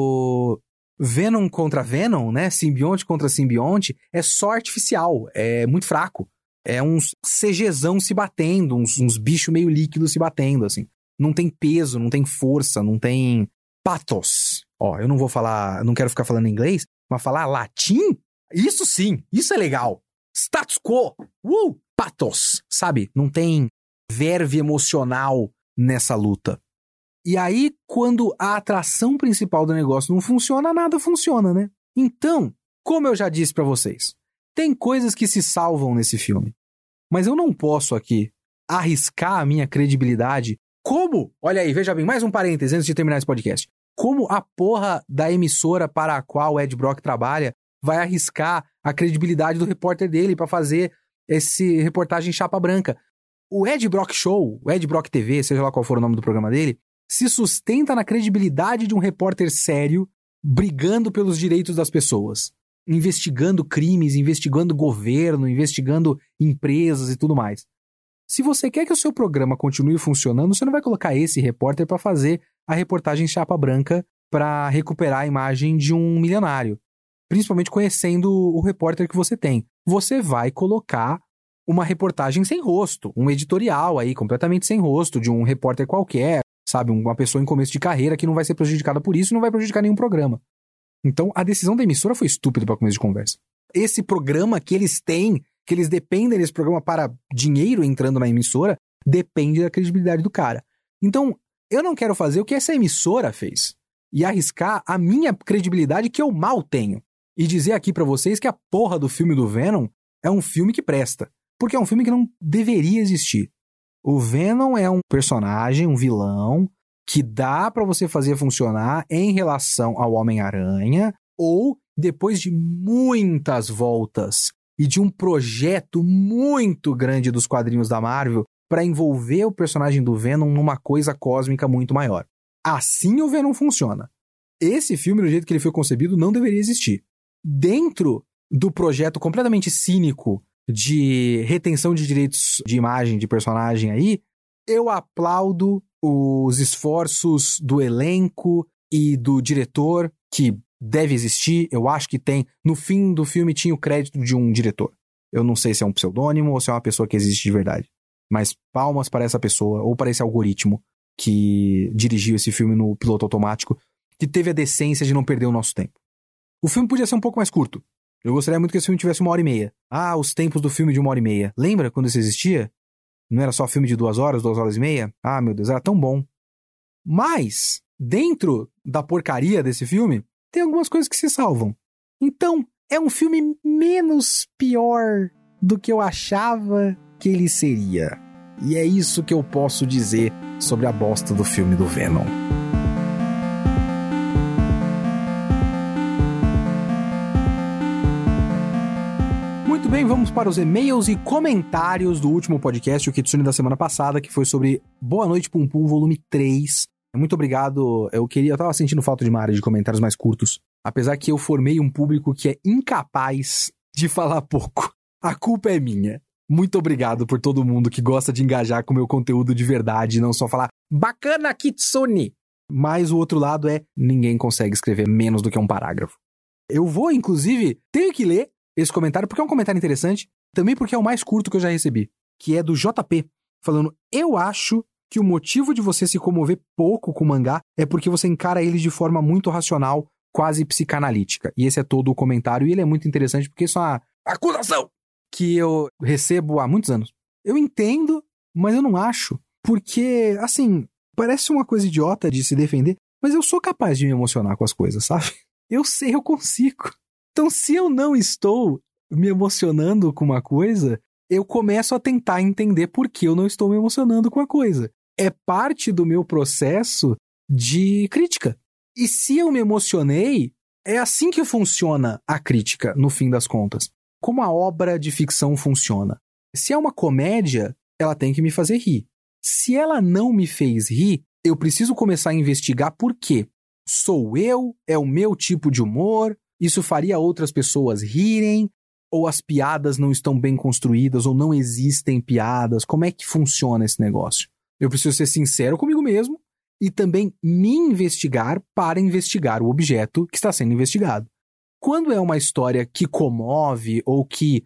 Speaker 1: o Venom contra Venom, né? Simbionte contra simbionte, é só artificial, é muito fraco. É uns CGzão se batendo, uns bichos meio líquidos se batendo, assim. Não tem peso, não tem força, não tem pathos. Ó, eu não vou falar, não quero ficar falando inglês, mas falar latim? Isso sim, isso é legal. Status quo, pathos, sabe? Não tem verve emocional nessa luta. E aí, quando a atração principal do negócio não funciona, nada funciona, né? Então, como eu já disse pra vocês, tem coisas que se salvam nesse filme. Mas eu não posso aqui arriscar a minha credibilidade como, olha aí, veja bem, mais um parêntese antes de terminar esse podcast, como a porra da emissora para a qual o Ed Brock trabalha vai arriscar a credibilidade do repórter dele pra fazer esse reportagem chapa branca. O Ed Brock Show, o Ed Brock TV, seja lá qual for o nome do programa dele, se sustenta na credibilidade de um repórter sério brigando pelos direitos das pessoas, investigando crimes, investigando governo, investigando empresas e tudo mais. Se você quer que o seu programa continue funcionando, você não vai colocar esse repórter para fazer a reportagem chapa branca para recuperar a imagem de um milionário, principalmente conhecendo o repórter que você tem. Você vai colocar uma reportagem sem rosto, um editorial aí completamente sem rosto de um repórter qualquer, sabe, uma pessoa em começo de carreira que não vai ser prejudicada por isso e não vai prejudicar nenhum programa. Então, a decisão da emissora foi estúpida para começo de conversa. Esse programa que eles têm, que eles dependem desse programa para dinheiro entrando na emissora, depende da credibilidade do cara. Então, eu não quero fazer o que essa emissora fez e arriscar a minha credibilidade que eu mal tenho. E dizer aqui pra vocês que a porra do filme do Venom é um filme que presta. Porque é um filme que não deveria existir. O Venom é um personagem, um vilão, que dá pra você fazer funcionar em relação ao Homem-Aranha, ou depois de muitas voltas e de um projeto muito grande dos quadrinhos da Marvel pra envolver o personagem do Venom numa coisa cósmica muito maior. Assim o Venom funciona. Esse filme, do jeito que ele foi concebido, não deveria existir. Dentro do projeto completamente cínico de retenção de direitos de imagem de personagem aí, eu aplaudo os esforços do elenco e do diretor, que deve existir, eu acho que tem. No fim do filme tinha o crédito de um diretor. Eu não sei se é um pseudônimo ou se é uma pessoa que existe de verdade. Mas palmas para essa pessoa, ou para esse algoritmo que dirigiu esse filme no piloto automático, que teve a decência de não perder o nosso tempo. O filme podia ser um pouco mais curto. Eu gostaria muito que esse filme tivesse 1h30. Ah, os tempos do filme de 1h30. Lembra quando isso existia? Não era só filme de 2 horas, 2h30? Ah, meu Deus, era tão bom. Mas, dentro da porcaria desse filme, tem algumas coisas que se salvam. Então, é um filme menos pior do que eu achava que ele seria. E é isso que eu posso dizer sobre a bosta do filme do Venom. Muito bem, vamos para os e-mails e comentários do último podcast, o Kitsune da semana passada, que foi sobre Boa Noite Pum Pum, volume 3. Muito obrigado, eu tava sentindo falta de uma área de comentários mais curtos, apesar que eu formei um público que é incapaz de falar pouco. A culpa é minha. Muito obrigado por todo mundo que gosta de engajar com o meu conteúdo de verdade e não só falar bacana, Kitsune. Mas o outro lado é, ninguém consegue escrever menos do que um parágrafo. Eu vou, inclusive, tenho que ler esse comentário, porque é um comentário interessante, também porque é o mais curto que eu já recebi, que é do JP, falando: eu acho que o motivo de você se comover pouco com o mangá é porque você encara ele de forma muito racional, quase psicanalítica. E esse é todo o comentário, e ele é muito interessante, porque isso é uma acusação que eu recebo há muitos anos. Eu entendo, mas eu não acho, porque, assim, parece uma coisa idiota de se defender, mas eu sou capaz de me emocionar com as coisas, sabe? Eu sei, eu consigo. Então, se eu não estou me emocionando com uma coisa, eu começo a tentar entender por que eu não estou me emocionando com a coisa. É parte do meu processo de crítica. E se eu me emocionei, é assim que funciona a crítica, no fim das contas. Como a obra de ficção funciona. Se é uma comédia, ela tem que me fazer rir. Se ela não me fez rir, eu preciso começar a investigar por quê. Sou eu? É o meu tipo de humor? Isso faria outras pessoas rirem? Ou as piadas não estão bem construídas? Ou não existem piadas? Como é que funciona esse negócio? Eu preciso ser sincero comigo mesmo e também me investigar para investigar o objeto que está sendo investigado. Quando é uma história que comove ou que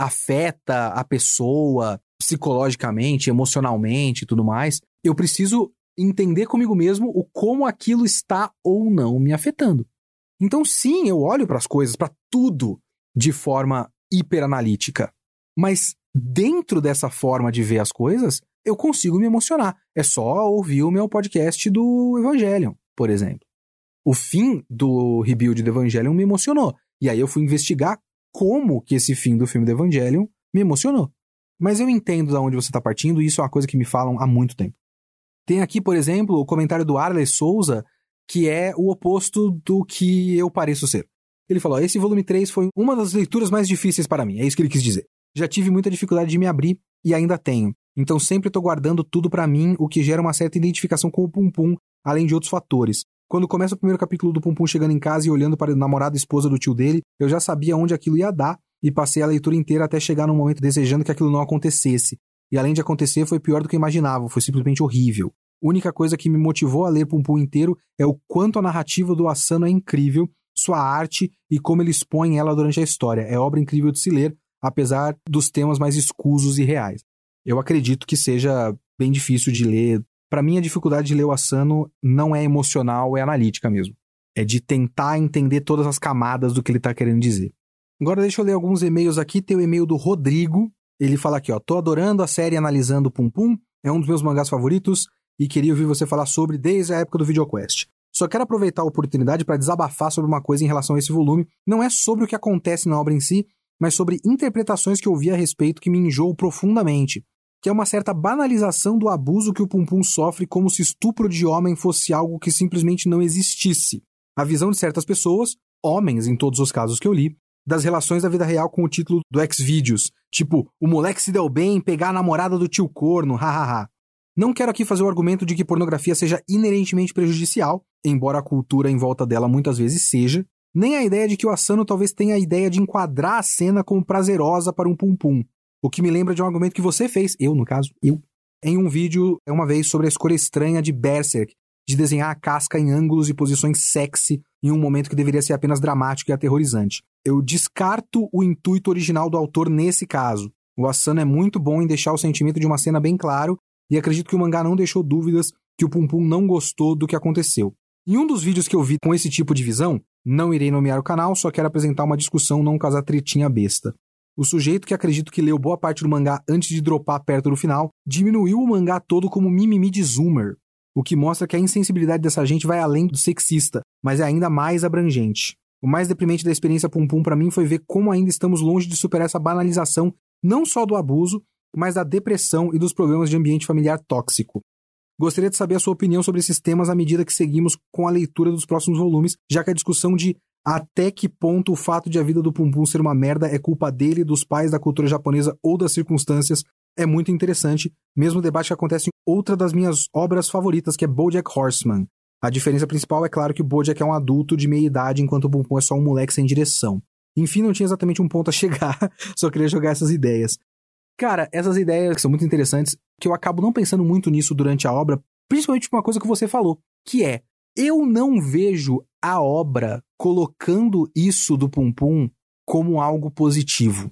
Speaker 1: afeta a pessoa psicologicamente, emocionalmente e tudo mais, eu preciso entender comigo mesmo o como aquilo está ou não me afetando. Então sim, eu olho para as coisas, para tudo, de forma hiperanalítica. Mas dentro dessa forma de ver as coisas, eu consigo me emocionar. É só ouvir o meu podcast do Evangelion, por exemplo. O fim do rebuild do Evangelion me emocionou. E aí eu fui investigar como que esse fim do filme do Evangelion me emocionou. Mas eu entendo de onde você está partindo e isso é uma coisa que me falam há muito tempo. Tem aqui, por exemplo, o comentário do Arles Souza, que é o oposto do que eu pareço ser. Ele falou, esse volume 3 foi uma das leituras mais difíceis para mim, é isso que ele quis dizer. Já tive muita dificuldade de me abrir e ainda tenho. Então sempre estou guardando tudo para mim, o que gera uma certa identificação com o Pum Pum, além de outros fatores. Quando começa o primeiro capítulo do Pum Pum chegando em casa e olhando para a namorada e esposa do tio dele, eu já sabia onde aquilo ia dar e passei a leitura inteira até chegar num momento desejando que aquilo não acontecesse. E além de acontecer, foi pior do que eu imaginava, foi simplesmente horrível. A única coisa que me motivou a ler Pum Pum inteiro é o quanto a narrativa do Asano é incrível, sua arte e como ele expõe ela durante a história. É obra incrível de se ler, apesar dos temas mais escusos e reais. Eu acredito que seja bem difícil de ler. Para mim, a dificuldade de ler o Asano não é emocional, é analítica mesmo. É de tentar entender todas as camadas do que ele está querendo dizer. Agora deixa eu ler alguns e-mails aqui. Tem o e-mail do Rodrigo. Ele fala aqui, ó. Tô adorando a série Analisando Pum Pum. É um dos meus mangás favoritos e queria ouvir você falar sobre desde a época do VideoQuest. Só quero aproveitar a oportunidade para desabafar sobre uma coisa em relação a esse volume. Não é sobre o que acontece na obra em si, mas sobre interpretações que eu vi a respeito que me enjoam profundamente. Que é uma certa banalização do abuso que o Pum Pum sofre como se estupro de homem fosse algo que simplesmente não existisse. A visão de certas pessoas, homens em todos os casos que eu li, das relações da vida real com o título do Xvideos, tipo, o moleque se deu bem em pegar a namorada do tio corno, hahaha. Não quero aqui fazer o argumento de que pornografia seja inerentemente prejudicial, embora a cultura em volta dela muitas vezes seja, nem a ideia de que o Asano talvez tenha a ideia de enquadrar a cena como prazerosa para um Pum Pum. O que me lembra de um argumento que você fez, eu no caso, em um vídeo uma vez sobre a escolha estranha de Berserk, de desenhar a casca em ângulos e posições sexy em um momento que deveria ser apenas dramático e aterrorizante. Eu descarto o intuito original do autor nesse caso. O Asano é muito bom em deixar o sentimento de uma cena bem claro e acredito que o mangá não deixou dúvidas que o Pum Pum não gostou do que aconteceu. Em um dos vídeos que eu vi com esse tipo de visão, não irei nomear o canal, só quero apresentar uma discussão, não causar tretinha besta. O sujeito que acredito que leu boa parte do mangá antes de dropar perto do final, diminuiu o mangá todo como mimimi de zoomer, o que mostra que a insensibilidade dessa gente vai além do sexista, mas é ainda mais abrangente. O mais deprimente da experiência Pum Pum pra mim foi ver como ainda estamos longe de superar essa banalização, não só do abuso, mas da depressão e dos problemas de ambiente familiar tóxico. Gostaria de saber a sua opinião sobre esses temas à medida que seguimos com a leitura dos próximos volumes, já que a discussão de até que ponto o fato de a vida do Pum Pum ser uma merda é culpa dele, dos pais, da cultura japonesa ou das circunstâncias é muito interessante, mesmo o debate que acontece em outra das minhas obras favoritas, que é BoJack Horseman. A diferença principal é claro que o BoJack é um adulto de meia idade, enquanto o Pum Pum é só um moleque sem direção. Enfim, não tinha exatamente um ponto a chegar, só queria jogar essas ideias. Cara, essas ideias que são muito interessantes, que eu acabo não pensando muito nisso durante a obra, principalmente por uma coisa que você falou, que é, eu não vejo a obra colocando isso do Pum Pum como algo positivo.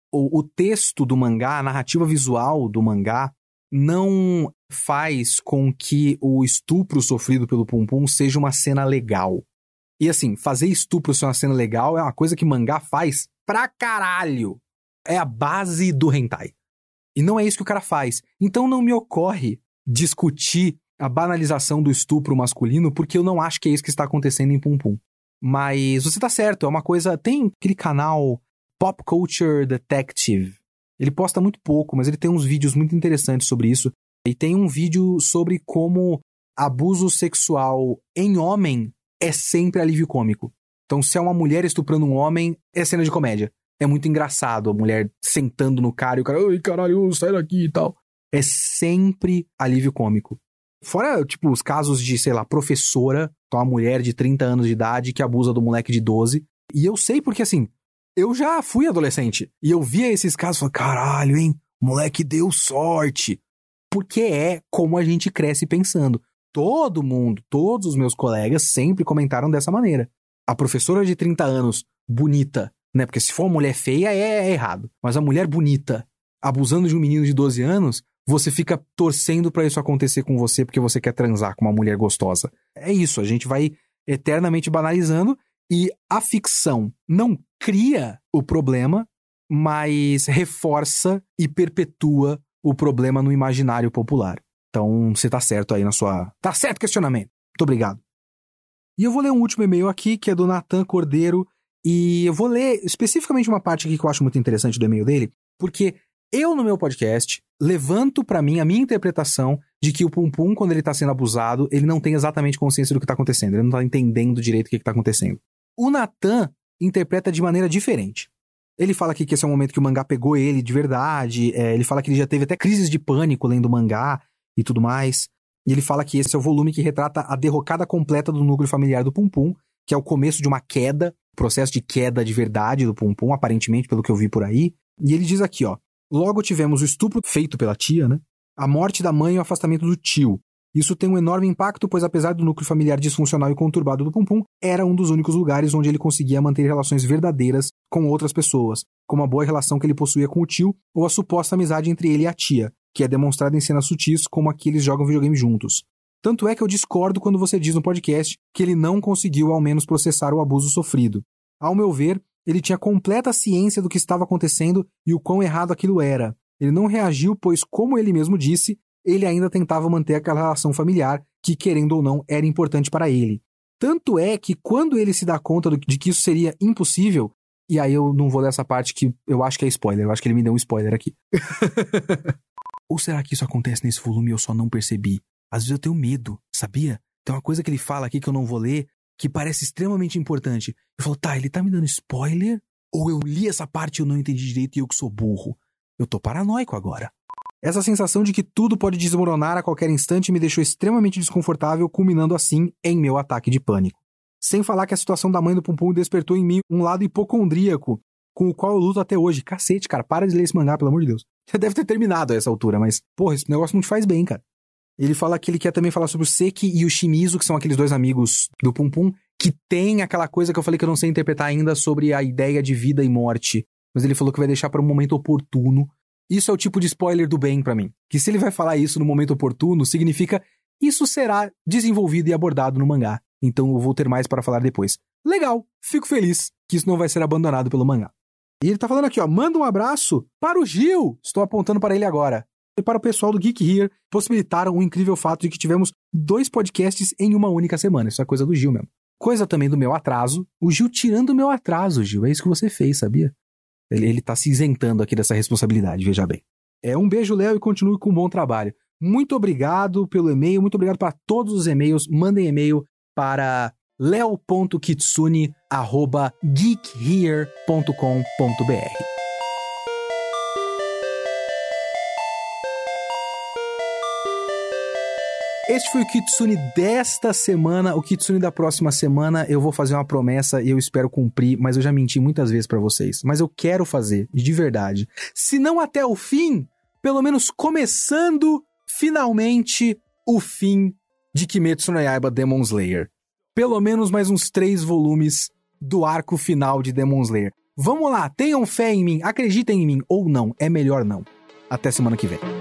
Speaker 1: O texto do mangá, a narrativa visual do mangá, não faz com que o estupro sofrido pelo Pum Pum seja uma cena legal. E assim, fazer estupro ser uma cena legal é uma coisa que mangá faz pra caralho. É a base do hentai. E não é isso que o cara faz. Então não me ocorre discutir a banalização do estupro masculino, porque eu não acho que é isso que está acontecendo em Pum Pum. Mas você tá certo, é uma coisa... Tem aquele canal Pop Culture Detective. Ele posta muito pouco, mas ele tem uns vídeos muito interessantes sobre isso. E tem um vídeo sobre como abuso sexual em homem é sempre alívio cômico. Então, se é uma mulher estuprando um homem, é cena de comédia. É muito engraçado a mulher sentando no cara e o cara, ai, caralho, sai daqui e tal. É sempre alívio cômico. Fora, tipo, os casos de, sei lá, professora, então uma mulher de 30 anos de idade que abusa do moleque de 12. E eu sei porque, assim, eu já fui adolescente. E eu via esses casos e falava, caralho, hein, o moleque deu sorte. Porque é como a gente cresce pensando. Todo mundo, todos os meus colegas sempre comentaram dessa maneira. A professora de 30 anos, bonita, né? Porque se for uma mulher feia, é errado. Mas a mulher bonita, abusando de um menino de 12 anos, você fica torcendo pra isso acontecer com você porque você quer transar com uma mulher gostosa. É isso, a gente vai eternamente banalizando e a ficção não cria o problema, mas reforça e perpetua o problema no imaginário popular. Então, você tá certo aí na sua... Tá certo questionamento. Muito obrigado. E eu vou ler um último e-mail aqui, que é do Nathan Cordeiro, e eu vou ler especificamente uma parte aqui que eu acho muito interessante do e-mail dele, porque eu, no meu podcast, levanto pra mim a minha interpretação de que o Pum Pum, quando ele tá sendo abusado, ele não tem exatamente consciência do que tá acontecendo, ele não tá entendendo direito o que tá acontecendo. O Nathan interpreta de maneira diferente. Ele fala aqui que esse é um momento que o mangá pegou ele de verdade, ele fala que ele já teve até crises de pânico lendo o mangá e tudo mais. E ele fala que esse é o volume que retrata a derrocada completa do núcleo familiar do Pum Pum, que é o começo de uma queda, processo de queda de verdade do Pum Pum, aparentemente, pelo que eu vi por aí. E ele diz aqui, ó, logo tivemos o estupro feito pela tia, né? A morte da mãe e o afastamento do tio. Isso tem um enorme impacto, pois apesar do núcleo familiar disfuncional e conturbado do Pum Pum, era um dos únicos lugares onde ele conseguia manter relações verdadeiras com outras pessoas, como a boa relação que ele possuía com o tio ou a suposta amizade entre ele e a tia, que é demonstrada em cenas sutis como a que eles jogam videogame juntos. Tanto é que eu discordo quando você diz no podcast que ele não conseguiu ao menos processar o abuso sofrido. Ao meu ver, ele tinha completa ciência do que estava acontecendo e o quão errado aquilo era. Ele não reagiu, pois, como ele mesmo disse, ele ainda tentava manter aquela relação familiar que, querendo ou não, era importante para ele. Tanto é que quando ele se dá conta de que isso seria impossível, e aí eu não vou ler essa parte que eu acho que é spoiler, eu acho que ele me deu um spoiler aqui. Ou será que isso acontece nesse volume e eu só não percebi? Às vezes eu tenho medo, sabia? Tem uma coisa que ele fala aqui que eu não vou ler, que parece extremamente importante. Eu falo, tá, ele tá me dando spoiler? Ou eu li essa parte e eu não entendi direito e eu que sou burro? Eu tô paranoico agora. Essa sensação de que tudo pode desmoronar a qualquer instante me deixou extremamente desconfortável, culminando assim em meu ataque de pânico. Sem falar que a situação da mãe do Pum Pum despertou em mim um lado hipocondríaco, com o qual eu luto até hoje. Cacete, cara, para de ler esse mangá, pelo amor de Deus. Já deve ter terminado a essa altura, mas, porra, esse negócio não te faz bem, cara. Ele fala que ele quer também falar sobre o Seki e o Shimizu, que são aqueles dois amigos do Pum Pum, que tem aquela coisa que eu falei que eu não sei interpretar ainda sobre a ideia de vida e morte. Mas ele falou que vai deixar para um momento oportuno. Isso é o tipo de spoiler do bem pra mim. Que se ele vai falar isso no momento oportuno, significa isso será desenvolvido e abordado no mangá. Então eu vou ter mais para falar depois. Legal, fico feliz que isso não vai ser abandonado pelo mangá. E ele tá falando aqui, ó, manda um abraço para o Gil. Estou apontando para ele agora. E para o pessoal do Geek Here, possibilitaram o incrível fato de que tivemos 2 podcasts em uma única semana. Isso é coisa do Gil mesmo. Coisa também do meu atraso. O Gil tirando o meu atraso, Gil. É isso que você fez, sabia? Ele tá se isentando aqui dessa responsabilidade, veja bem. Um beijo, Léo, e continue com um bom trabalho. Muito obrigado pelo e-mail, muito obrigado para todos os e-mails. Mandem e-mail para leo.kitsune@geekhere.com.br. Este foi o Kitsune desta semana. O Kitsune da próxima semana eu vou fazer uma promessa e eu espero cumprir, mas eu já menti muitas vezes pra vocês. Mas eu quero fazer, de verdade. Se não até o fim, pelo menos começando finalmente o fim de Kimetsu no Yaiba Demon Slayer. Pelo menos mais uns 3 volumes do arco final de Demon Slayer. Vamos lá, tenham fé em mim, acreditem em mim ou não, é melhor não. Até semana que vem.